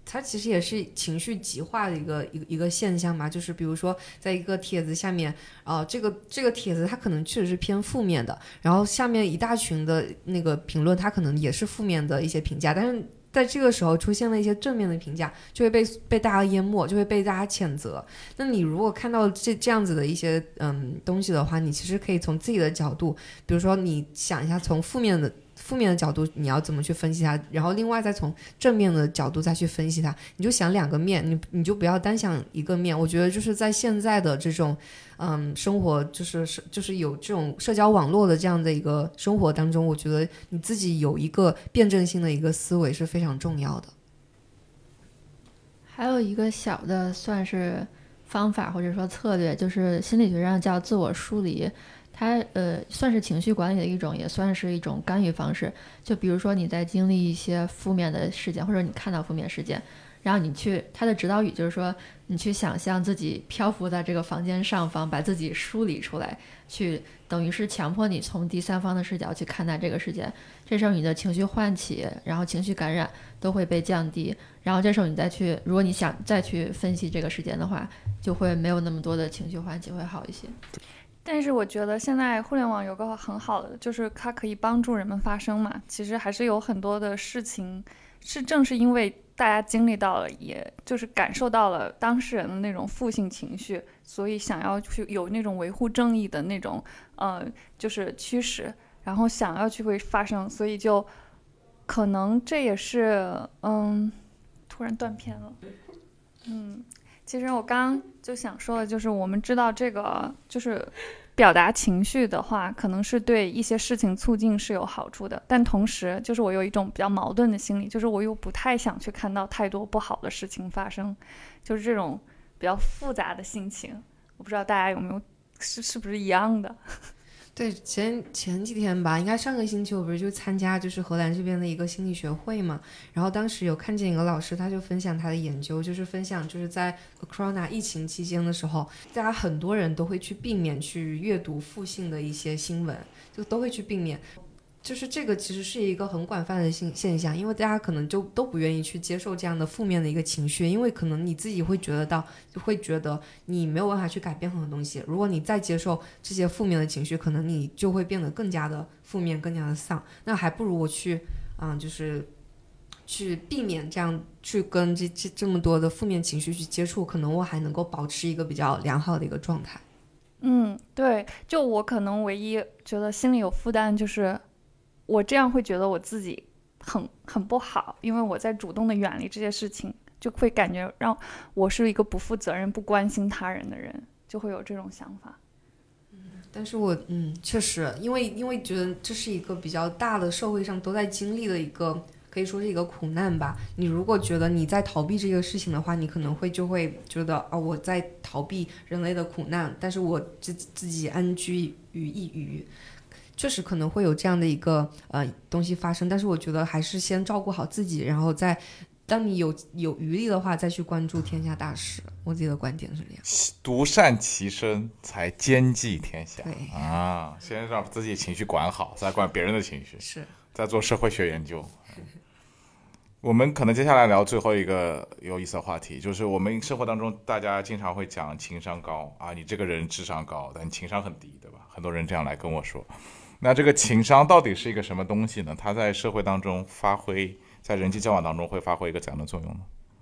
它其实也是情绪极化的一个一个一个现象嘛，就是比如说在一个帖子下面，呃，这个这个帖子它可能确实是偏负面的，然后下面一大群的那个评论，它可能也是负面的一些评价，但是在这个时候出现了一些正面的评价，就会被被大家淹没，就会被大家谴责。那你如果看到这这样子的一些嗯东西的话，你其实可以从自己的角度，比如说你想一下从负面的负面的角度你要怎么去分析它，然后另外再从正面的角度再去分析它，你就想两个面，你你就不要单想一个面。我觉得就是在现在的这种嗯生活，就是就是有这种社交网络的这样的一个生活当中，我觉得你自己有一个辩证性的一个思维是非常重要的。 还有一个小的算是方法或者说策略，就是心理学上叫自我疏离，它呃算是情绪管理的一种，也算是一种干预方式。就比如说你在经历一些负面的事件，或者你看到负面事件，然后你去，它的指导语就是说，你去想象自己漂浮在这个房间上方，把自己梳理出来，去等于是强迫你从第三方的视角去看待这个事件。这时候你的情绪唤起，然后情绪感染都会被降低，然后这时候你再去，如果你想再去分析这个事件的话，就会没有那么多的情绪唤起，会好一些。 但是我觉得现在互联网有个很好的，就是它可以帮助人们发声嘛。其实还是有很多的事情，是正是因为大家经历到了，也就是感受到了当事人的那种负性情绪，所以想要去有那种维护正义的那种呃，就是驱使，然后想要去会发生，所以就可能这也是嗯，突然断片了，嗯。其实我刚刚就想说的就是，我们知道这个就是表达情绪的话，可能是对一些事情促进是有好处的，但同时就是我有一种比较矛盾的心理，就是我又不太想去看到太多不好的事情发生，就是这种比较复杂的心情。我不知道大家有没有是是不是一样的？ 对，前前几天吧，应该上个星期我不是就参加就是荷兰这边的一个心理学会嘛，然后当时有看见一个老师，他就分享他的研究，就是分享就是在 Corona 疫情期间的时候，大家很多人都会去避免去阅读负性的一些新闻，就都会去避免。就是这个其实是一个很广泛的现现象，因为大家可能就都不愿意去接受这样的负面的一个情绪，因为可能你自己会觉得到，就会觉得你没有办法去改变很多东西。如果你再接受这些负面的情绪，可能你就会变得更加的负面，更加的丧。那还不如我去，嗯，就是去避免这样去跟这这这么多的负面情绪去接触，可能我还能够保持一个比较良好的一个状态。 嗯，对，就我可能唯一觉得心里有负担就是。我这样会觉得我自己很很不好，因为我在主动的远离这些事情，就会感觉让我是一个不负责任、不关心他人的人，就会有这种想法。 嗯，但是我嗯，确实，因为因为觉得这是一个比较大的社会上都在经历的一个，可以说是一个苦难吧。你如果觉得你在逃避这个事情的话，你可能会就会觉得啊、哦，我在逃避人类的苦难，但是我自自己安居于一隅。确实可能会有这样的一个呃东西发生，但是我觉得还是先照顾好自己，然后再当你有有余力的话，再去关注天下大事。我自己的观点是这样： 独善其身，才兼济天下。 对啊，先让自己情绪管好，再管别人的情绪， 是再做社会学研究。我们可能接下来聊最后一个有意思的话题，就是我们生活当中大家经常会讲情商高啊，你这个人智商高，但你情商很低，对吧？很多人这样来跟我说。那这个情商到底是一个什么东西呢？它在社会当中发挥，在人际交往当中会发挥一个怎样的作用呢？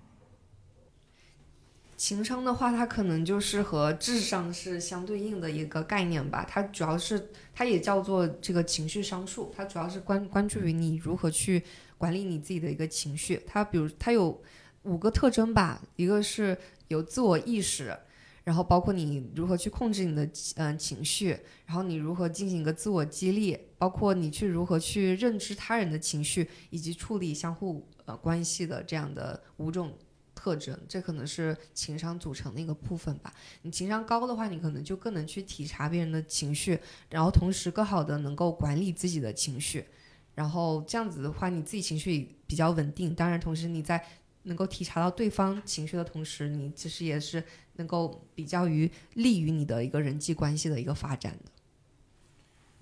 情商的话，它可能就是和智商是相对应的一个概念吧。它主要是，它也叫做这个情绪商数，它主要是关关注于你如何去管理你自己的一个情绪。它比如它有五个特征吧，一个是有自我意识。然后包括你如何去控制你的嗯、呃、情绪，然后你如何进行一个自我激励，包括你去如何去认知他人的情绪，以及处理相互呃关系的这样的五种特征，这可能是情商组成的一个部分吧。你情商高的话，你可能就更能去体察别人的情绪，然后同时更好的能够管理自己的情绪，然后这样子的话，你自己情绪比较稳定，当然同时你在能够体察到对方情绪的同时，你其实也是能够比较于利于你的一个人际关系的一个发展的。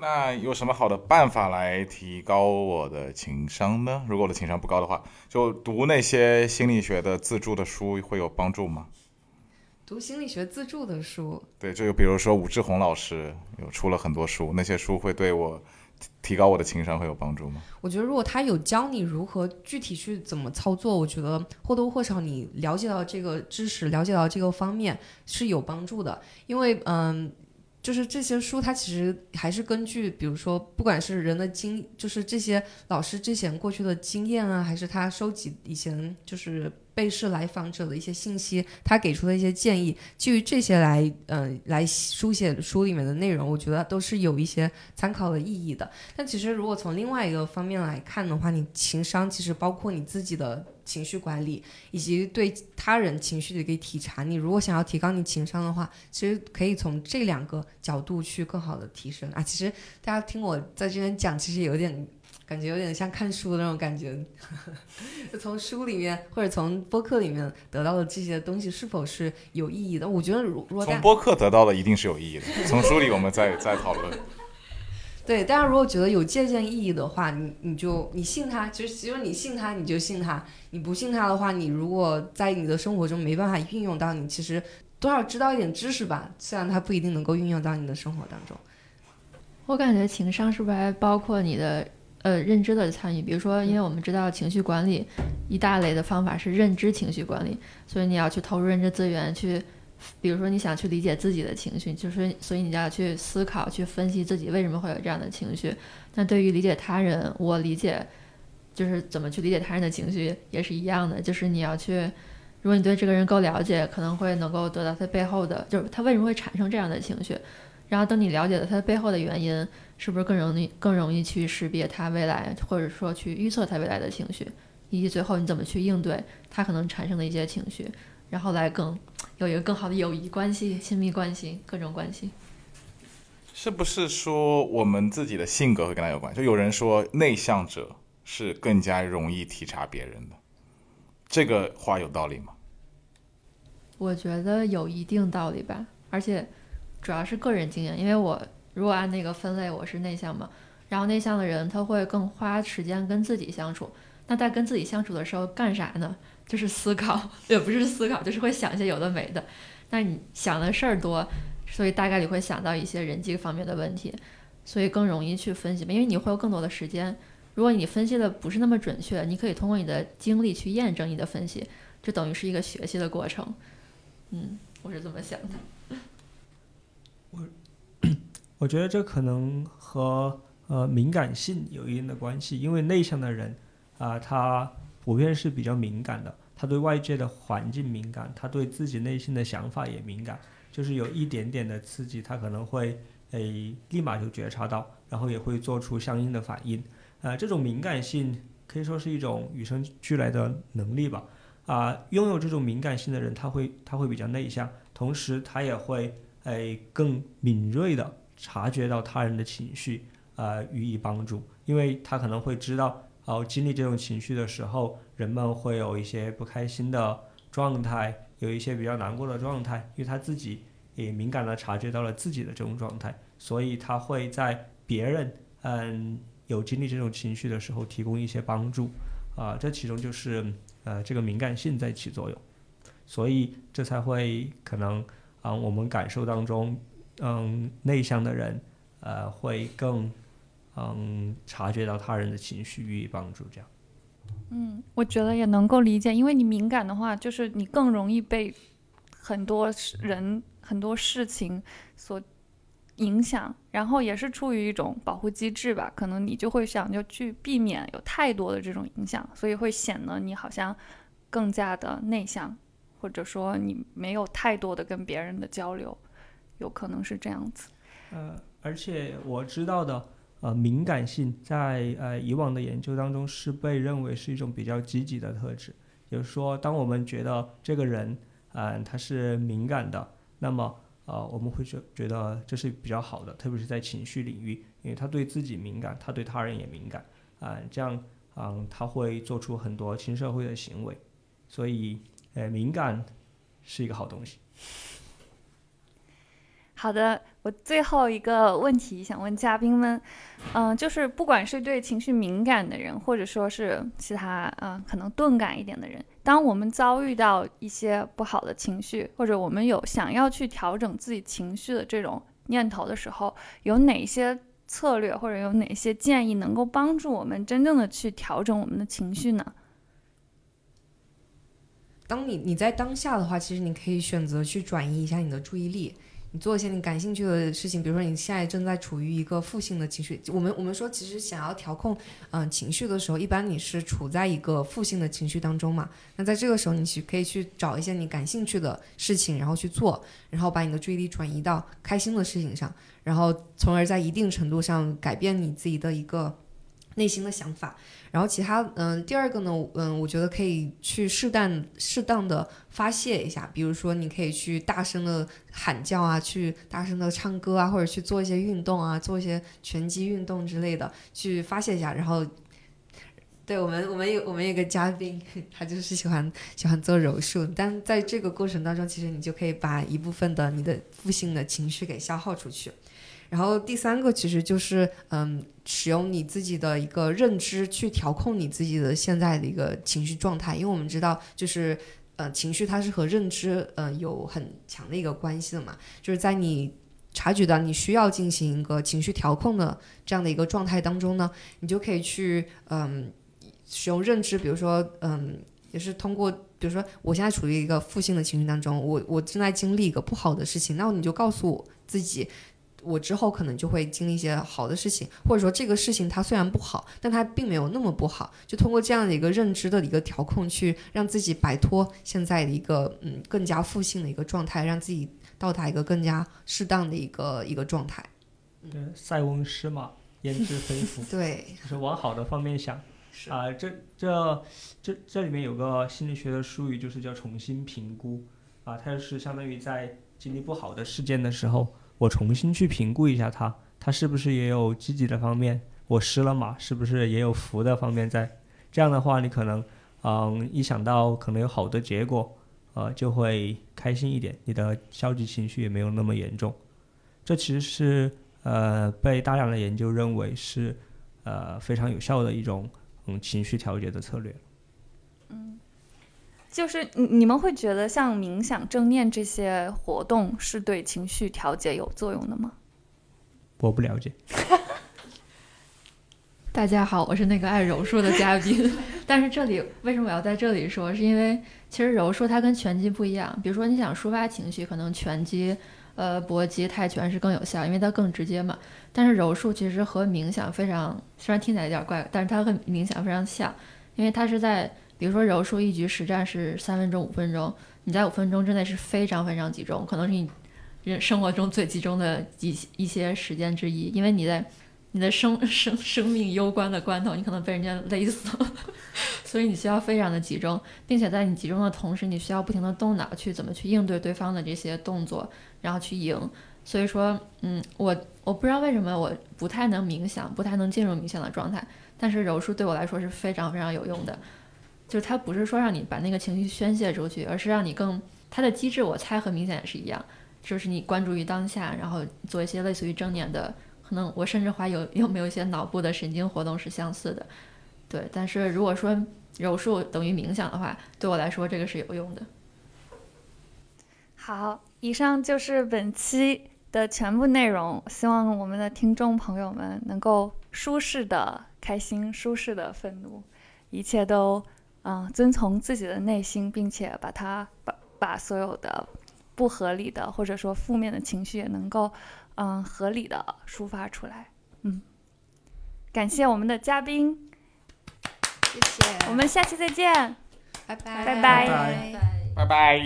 那有什么好的办法来提高我的情商呢？如果我的情商不高的话，就读那些心理学的自助的书会有帮助吗？ 读心理学自助的书， 对，就比如说武志红老师有出了很多书，那些书会对我提高我的情商会有帮助吗？ 我觉得如果他有教你如何具体去怎么操作，我觉得或多或少你了解到这个知识，了解到这个方面是有帮助的。因为嗯，就是这些书它其实还是根据比如说不管是人的经，就是这些老师之前过去的经验啊，还是他收集以前就是被试来访者的一些信息，他给出的一些建议，基于这些来嗯、呃、来书写书里面的内容，我觉得都是有一些参考的意义的。但其实如果从另外一个方面来看的话，你情商其实包括你自己的情绪管理以及对他人情绪的一个体察。你如果想要提高你情商的话，其实可以从这两个角度去更好的提升啊。其实大家听我在这边讲，其实有点感觉有点像看书的那种感觉就从书里面或者从播客里面得到的这些东西是否是有意义的，我觉得如果从播客得到的一定是有意义的，从书里我们再再讨论。 对，大家如果觉得有借鉴意义的话，你你就你信他，其实其实你信他你就信他，你不信他的话，你如果在你的生活中没办法运用到，你其实多少知道一点知识吧，虽然它不一定能够运用到你的生活当中。 我感觉情商是不是还包括你的呃认知的参与？比如说，因为我们知道情绪管理一大类的方法是认知情绪管理，所以你要去投入认知资源去。比如说你想去理解自己的情绪，就是所以你要去思考去分析自己为什么会有这样的情绪。那对于理解他人，我理解就是怎么去理解他人的情绪也是一样的，就是你要去，如果你对这个人够了解，可能会能够得到他背后的，就是他为什么会产生这样的情绪，然后等你了解了他背后的原因，是不是更容易更容易去识别他未来，或者说去预测他未来的情绪，以及最后你怎么去应对他可能产生的一些情绪，然后来更有一个更好的友谊关系、亲密关系、各种关系。 是不是说我们自己的性格会跟他有关？就有人说内向者是更加容易体察别人的，这个话有道理吗？ 我觉得有一定道理吧，而且主要是个人经验，因为我如果按那个分类，我是内向嘛，然后内向的人他会更花时间跟自己相处，那在跟自己相处的时候干啥呢？就是思考，也不是思考，就是会想一些有的没的。那你想的事儿多，所以大概率会想到一些人际方面的问题，所以更容易去分析吧，因为你会有更多的时间。如果你分析的不是那么准确，你可以通过你的经历去验证你的分析，这等于是一个学习的过程。嗯，我是这么想的。 我我觉得这可能和呃敏感性有一定的关系，因为内向的人啊、呃，他普遍是比较敏感的，他对外界的环境敏感，他对自己内心的想法也敏感，就是有一点点的刺激，他可能会诶立马就觉察到，然后也会做出相应的反应。呃，这种敏感性可以说是一种与生俱来的能力吧。啊、呃，拥有这种敏感性的人，他会他会比较内向，同时他也会诶更敏锐的察觉到他人的情绪，呃，予以帮助，因为他可能会知道，哦，经历这种情绪的时候，人们会有一些不开心的状态，有一些比较难过的状态，因为他自己也敏感地察觉到了自己的这种状态，所以他会在别人嗯有经历这种情绪的时候提供一些帮助，啊、呃，这其中就是呃这个敏感性在起作用，所以这才会可能啊、呃、我们感受当中，嗯内向的人呃会更嗯察觉到他人的情绪予以帮助，这样。 嗯，我觉得也能够理解，因为你敏感的话，就是你更容易被很多人、很多事情所影响，然后也是出于一种保护机制吧，可能你就会想就去避免有太多的这种影响，所以会显得你好像更加的内向，或者说你没有太多的跟别人的交流，有可能是这样子。 呃，而且我知道的。呃，敏感性在呃以往的研究当中是被认为是一种比较积极的特质，也就是说，当我们觉得这个人，嗯、呃，他是敏感的，那么呃，我们会觉觉得这是比较好的，特别是在情绪领域，因为他对自己敏感，他对他人也敏感，啊、呃，这样，嗯、呃，他会做出很多亲社会的行为，所以，呃，敏感是一个好东西。 好的，我最后一个问题想问嘉宾们，嗯、呃，就是不管是对情绪敏感的人，或者说是其他嗯、呃、可能钝感一点的人，当我们遭遇到一些不好的情绪，或者我们有想要去调整自己情绪的这种念头的时候，有哪些策略或者有哪些建议能够帮助我们真正的去调整我们的情绪呢？ 当你你在当下的话，其实你可以选择去转移一下你的注意力，你做一些你感兴趣的事情，比如说你现在正在处于一个负性的情绪，我们我们说其实想要调控嗯、呃、情绪的时候，一般你是处在一个负性的情绪当中嘛，那在这个时候你去可以去找一些你感兴趣的事情，然后去做，然后把你的注意力转移到开心的事情上，然后从而在一定程度上改变你自己的一个内心的想法。然后其他嗯，第二个呢，嗯，我觉得可以去适当适当的发泄一下，比如说你可以去大声的喊叫啊，去大声的唱歌啊，或者去做一些运动啊，做一些拳击运动之类的，去发泄一下。然后，对我们我们有我们有个嘉宾，他就是喜欢喜欢做柔术，但在这个过程当中，其实你就可以把一部分的你的负性的情绪给消耗出去。然后第三个其实就是嗯，使用你自己的一个认知去调控你自己的现在的一个情绪状态，因为我们知道就是呃情绪它是和认知呃有很强的一个关系的嘛，就是在你察觉到你需要进行一个情绪调控的这样的一个状态当中呢，你就可以去嗯使用认知，比如说嗯也是通过比如说我现在处于一个负性的情绪当中，我我正在经历一个不好的事情，那你就告诉我自己我之后可能就会经历一些好的事情，或者说这个事情它虽然不好，但它并没有那么不好，就通过这样的一个认知的一个调控，去让自己摆脱现在的一个嗯更加负性的一个状态，让自己到达一个更加适当的一个一个状态。 对，塞翁失马焉知非福。 对， 就是往好的方面想。啊、呃，这这这这里面有个心理学的术语，就是叫重新评估啊，它就是相当于在经历不好的事件的时候，我重新去评估一下它，它是不是也有积极的方面？我失了马，是不是也有福的方面在？这样的话，你可能，嗯，一想到可能有好的结果，呃，就会开心一点，你的消极情绪也没有那么严重。这其实是呃被大量的研究认为是呃非常有效的一种嗯情绪调节的策略。 嗯。就是你们会觉得像冥想、正念这些活动是对情绪调节有作用的吗？ 我不了解。 大家好，我是那个爱柔术的嘉宾。但是这里为什么我要在这里说？是因为其实柔术它跟拳击不一样。比如说你想抒发情绪，可能拳击、呃搏击、泰拳是更有效，因为它更直接嘛。但是柔术其实和冥想非常，虽然听起来有点怪，但是它和冥想非常像，因为它是在。比如说柔术一局实战是三分钟五分钟，你在五分钟之内是非常非常集中，可能是你人生活中最集中的一一些时间之一，因为你在你的生生生命攸关的关头，你可能被人家勒死了，所以你需要非常的集中，并且在你集中的同时，你需要不停的动脑去怎么去应对对方的这些动作，然后去赢。所以说，嗯，我我不知道为什么我不太能冥想，不太能进入冥想的状态，但是柔术对我来说是非常非常有用的。就是它不是说让你把那个情绪宣泄出去，而是让你更，它的机制我猜和冥想也是一样，就是你关注于当下，然后做一些类似于正念的，可能我甚至怀疑有有没有一些脑部的神经活动是相似的。对，但是如果说柔术等于冥想的话，对我来说这个是有用的。 好，以上就是本期的全部内容，希望我们的听众朋友们能够舒适的开心，舒适的愤怒，一切都嗯，遵从自己的内心，并且把它把把所有的不合理的或者说负面的情绪也能够嗯合理的抒发出来。嗯，感谢我们的嘉宾， 谢谢， 我们下期再见， 拜拜， 拜拜， 拜拜。拜拜。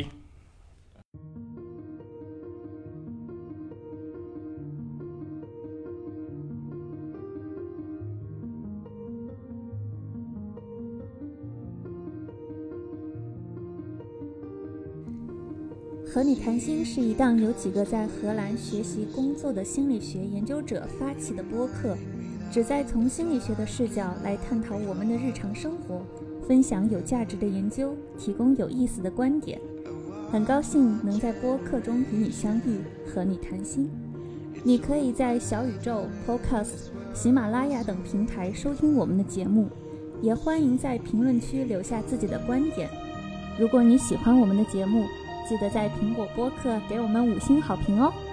和你谈心是一档由几个在荷兰学习工作的心理学研究者发起的播客，旨在从心理学的视角来探讨我们的日常生活，分享有价值的研究，提供有意思的观点。 很高兴能在播客中与你相遇，和你谈心。你可以在小宇宙、Podcast、喜马拉雅等平台收听我们的节目，也欢迎在评论区留下自己的观点。如果你喜欢我们的节目，记得在苹果播客给我们五星好评哦。